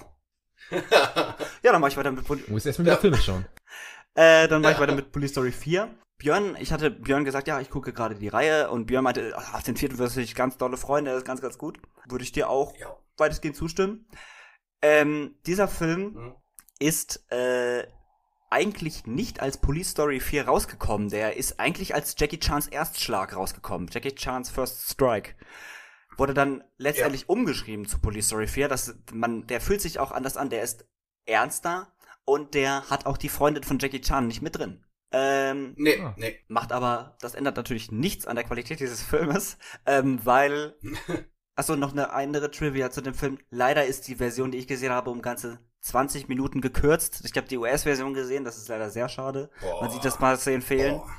Ja, dann mach ich weiter mit Pol- Du musst erstmal wieder Ja. Filme schauen. äh, dann mach ich Ja. weiter mit Police Story vier. Björn, ich hatte Björn gesagt, ja, ich gucke gerade die Reihe und Björn meinte, ach, den vierten wirst du dich ganz dolle freuen, der ist ganz, ganz gut. Würde ich dir auch Ja. weitestgehend zustimmen. Ähm, dieser Film Mhm. ist äh, eigentlich nicht als Police Story vier rausgekommen. Der ist eigentlich als Jackie Chans Erstschlag rausgekommen. Jackie Chans First Strike. Wurde dann letztendlich umgeschrieben zu Police Story vier. Das, man, der fühlt sich auch anders an. Der ist ernster und der hat auch die Freundin von Jackie Chan nicht mit drin. Ähm, Nee, Ah. nee. macht aber, das ändert natürlich nichts an der Qualität dieses Filmes, ähm, weil, achso, noch eine andere Trivia zu dem Film. Leider ist die Version, die ich gesehen habe, um ganze zwanzig Minuten gekürzt. Ich habe die U S-Version gesehen, das ist leider sehr schade. Boah. Man sieht das mal Szenen fehlen. Boah.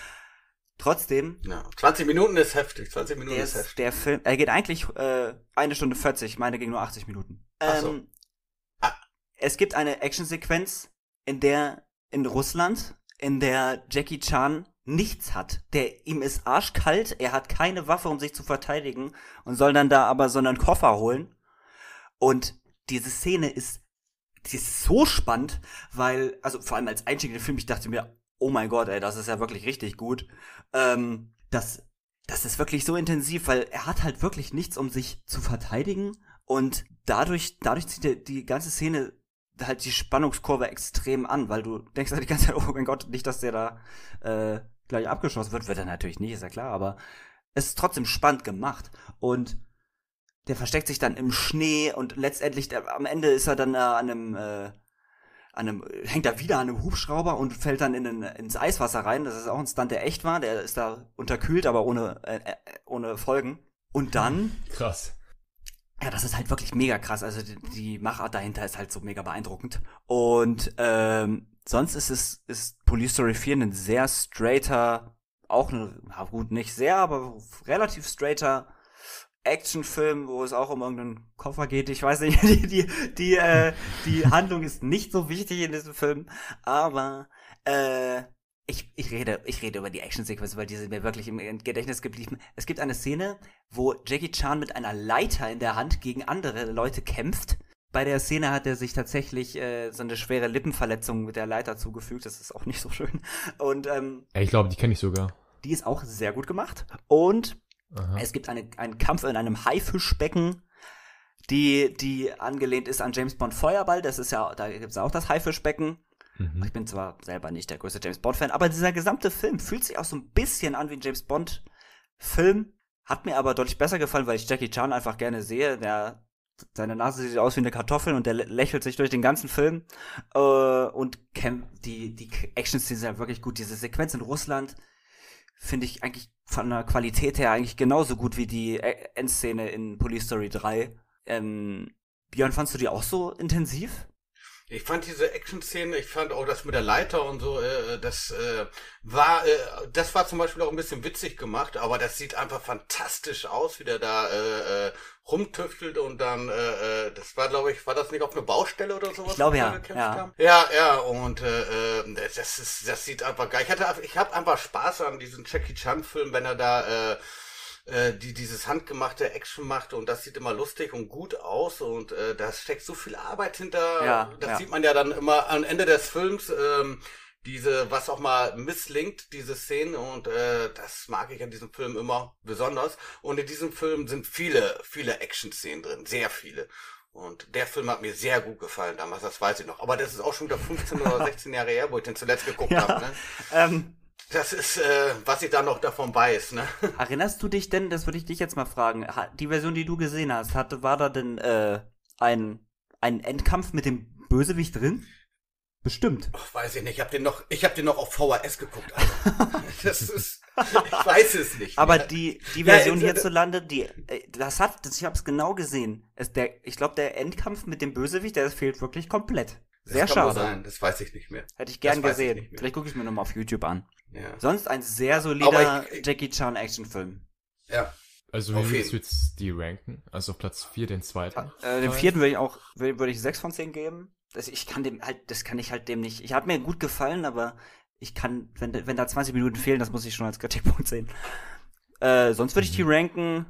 Trotzdem, Ja, zwanzig Minuten ist heftig. zwanzig Minuten der, ist heftig. der Film, er geht eigentlich äh, eine Stunde vierzig, meine ging nur achtzig Minuten. Ach so. Ähm, Ah. Es gibt eine Actionsequenz, in der in Russland, in der Jackie Chan nichts hat. Der ihm ist arschkalt, er hat keine Waffe, um sich zu verteidigen und soll dann da aber so einen Koffer holen. Und diese Szene ist, die ist so spannend, weil, also vor allem als Einstieg in den Film, ich dachte mir, oh mein Gott, ey, das ist ja wirklich richtig gut. Ähm, das, das ist wirklich so intensiv, weil er hat halt wirklich nichts, um sich zu verteidigen. Und dadurch, dadurch zieht er die ganze Szene halt die Spannungskurve extrem an, weil du denkst halt die ganze Zeit, oh mein Gott, nicht, dass der da äh, gleich abgeschossen wird. Wird er natürlich nicht, ist ja klar, aber es ist trotzdem spannend gemacht. Und der versteckt sich dann im Schnee und letztendlich, der, am Ende ist er dann äh, an einem, äh, an einem, hängt er wieder an einem Hubschrauber und fällt dann in den, ins Eiswasser rein. Das ist auch ein Stunt, der echt war. Der ist da unterkühlt, aber ohne, äh, äh, ohne Folgen. Und dann, Krass. ja, das ist halt wirklich mega krass. Also die, die Machart dahinter ist halt so mega beeindruckend. Und ähm, sonst ist es, ist Police Story vier ein sehr straighter, auch ein, na gut, nicht sehr, aber relativ straighter Actionfilm, wo es auch um irgendeinen Koffer geht. Ich weiß nicht, die, die, die, äh, die Handlung ist nicht so wichtig in diesem Film, aber äh, ich, ich rede, ich rede über die Actionsequenz, weil die sind mir wirklich im Gedächtnis geblieben. Es gibt eine Szene, wo Jackie Chan mit einer Leiter in der Hand gegen andere Leute kämpft. Bei der Szene hat er sich tatsächlich äh, so eine schwere Lippenverletzung mit der Leiter zugefügt. Das ist auch nicht so schön. Und ähm, Ey, ich glaube, die kenne ich sogar. die ist auch sehr gut gemacht. Und Aha. es gibt eine, einen Kampf in einem Haifischbecken, die, die angelehnt ist an James Bond Feuerball. Das ist ja, da gibt es auch das Haifischbecken. Mhm. Ich bin zwar selber nicht der größte James Bond-Fan, aber dieser gesamte Film fühlt sich auch so ein bisschen an wie ein James Bond-Film. Hat mir aber deutlich besser gefallen, weil ich Jackie Chan einfach gerne sehe. Der, seine Nase sieht aus wie eine Kartoffel und der lä- lächelt sich durch den ganzen Film. Äh, und Cam- die, die Action-Szenen sind ja wirklich gut. Diese Sequenz in Russland finde ich eigentlich von der Qualität her eigentlich genauso gut wie die E- Endszene in Police Story drei. Ähm, Björn, fandst du die auch so intensiv? Ich fand diese Action-Szene, ich fand auch das mit der Leiter und so, äh, das äh, war, äh, das war zum Beispiel auch ein bisschen witzig gemacht, aber das sieht einfach fantastisch aus, wie der da äh, äh, rumtüftelt und dann, äh, äh, das war, glaube ich, war das nicht auf einer Baustelle oder sowas? Ich glaube, wo wir ja, gekämpft ja. haben? Ja, ja, und äh, äh, das ist, das sieht einfach geil. Ich hatte, ich habe einfach Spaß an diesem Jackie Chan-Film, wenn er da äh, äh, die dieses handgemachte Action macht und das sieht immer lustig und gut aus und äh, da steckt so viel Arbeit hinter. Ja, das ja. sieht man ja dann immer am Ende des Films, ähm, diese, was auch mal misslingt, diese Szene und äh, das mag ich an diesem Film immer besonders. Und in diesem Film sind viele, viele Action-Szenen drin, sehr viele. Und der Film hat mir sehr gut gefallen damals, das weiß ich noch. Aber das ist auch schon wieder fünfzehn oder sechzehn Jahre her, wo ich den zuletzt geguckt Ja. habe. Ne? Ähm, Das ist, äh, was ich da noch davon weiß. Ne? Erinnerst du dich denn, das würde ich dich jetzt mal fragen, ha- die Version, die du gesehen hast, hatte, war da denn äh, ein, ein Endkampf mit dem Bösewicht drin? Bestimmt. Ach, weiß ich nicht, ich habe den noch, ich habe den noch auf V H S geguckt. Alter. Das ist, ich weiß es nicht. Aber mehr. die, die Ja, Version äh, hierzulande, die, äh, das hat, das, ich hab's genau gesehen. Es, der, ich glaube, der Endkampf mit dem Bösewicht, der fehlt wirklich komplett. Sehr das kann wohl schade. sein, das weiß ich nicht mehr. Hätte ich gern Das weiß ich gesehen. nicht mehr. Vielleicht gucke ich mir nochmal auf YouTube an. Ja. Sonst ein sehr solider Aber ich- ich- Jackie Chan Actionfilm. Ja. Also Auf wie würdest jeden. du jetzt die ranken? Also auf Platz vier den zweiten? Äh, dem vierten würde ich auch, würde würde ich sechs von zehn geben. Das, ich kann dem halt, das kann ich halt dem nicht. Ich habe mir gut gefallen, aber ich kann, wenn, wenn da zwanzig Minuten fehlen, das muss ich schon als Kritikpunkt sehen. Äh, sonst würde ich die ranken.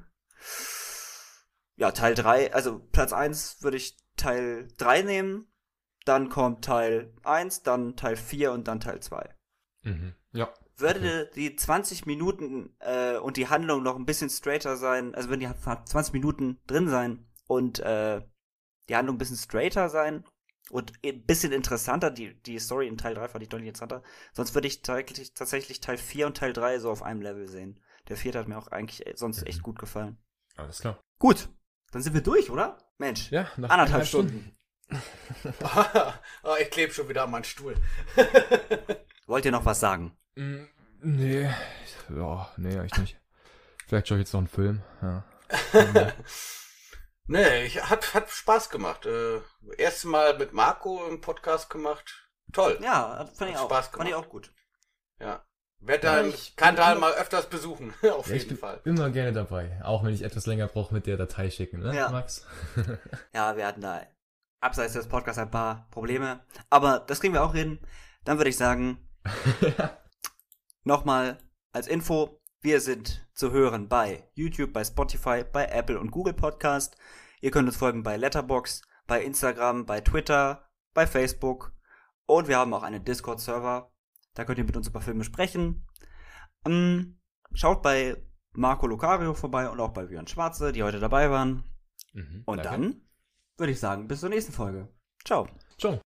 Ja, Teil drei, also Platz eins würde ich Teil drei nehmen. Dann kommt Teil eins, dann Teil vier und dann Teil zwei. Mhm. Ja. Würde die zwanzig Minuten äh, und die Handlung noch ein bisschen straighter sein, also wenn die zwanzig Minuten drin sein und äh, die Handlung ein bisschen straighter sein und ein bisschen interessanter, die, die Story in Teil drei fand ich deutlich interessanter, sonst würde ich tatsächlich, tatsächlich Teil vier und Teil drei so auf einem Level sehen. Der vierte hat mir auch eigentlich äh, sonst echt gut gefallen. Alles klar. Gut, dann sind wir durch, oder? Mensch, Ja, nach anderthalb eineinhalb Stunden. oh, ich klebe schon wieder an meinen Stuhl. Wollt ihr noch was sagen? Mm, nee. Ja, nee, eigentlich nicht. Vielleicht schaue ich jetzt noch einen Film. Ja. Nee, ich, hat, hat Spaß gemacht. Äh, erstes Mal mit Marco im Podcast gemacht. Toll. Ja, das fand ich Hat auch. Spaß Fand ich gemacht. auch gut. Ja. Werd Ja, dann, ich kann bin da immer- mal öfters besuchen. Auf Ja, ich jeden bin Fall. immer gerne dabei. Auch wenn ich etwas länger brauche mit der Datei schicken, ne, Ja. Max? Ja, wir hatten da abseits des Podcasts ein paar Probleme. Aber das kriegen wir auch hin. Dann würde ich sagen, nochmal als Info, wir sind zu hören bei YouTube, bei Spotify, bei Apple und Google Podcast. Ihr könnt uns folgen bei Letterboxd, bei Instagram, bei Twitter, bei Facebook. Und wir haben auch einen Discord-Server. Da könnt ihr mit uns über Filme sprechen. Ähm, schaut bei Marco Locario vorbei und auch bei Björn Schwarze, die heute dabei waren. Mhm, Und danke. dann würde ich sagen, bis zur nächsten Folge. Ciao. Ciao.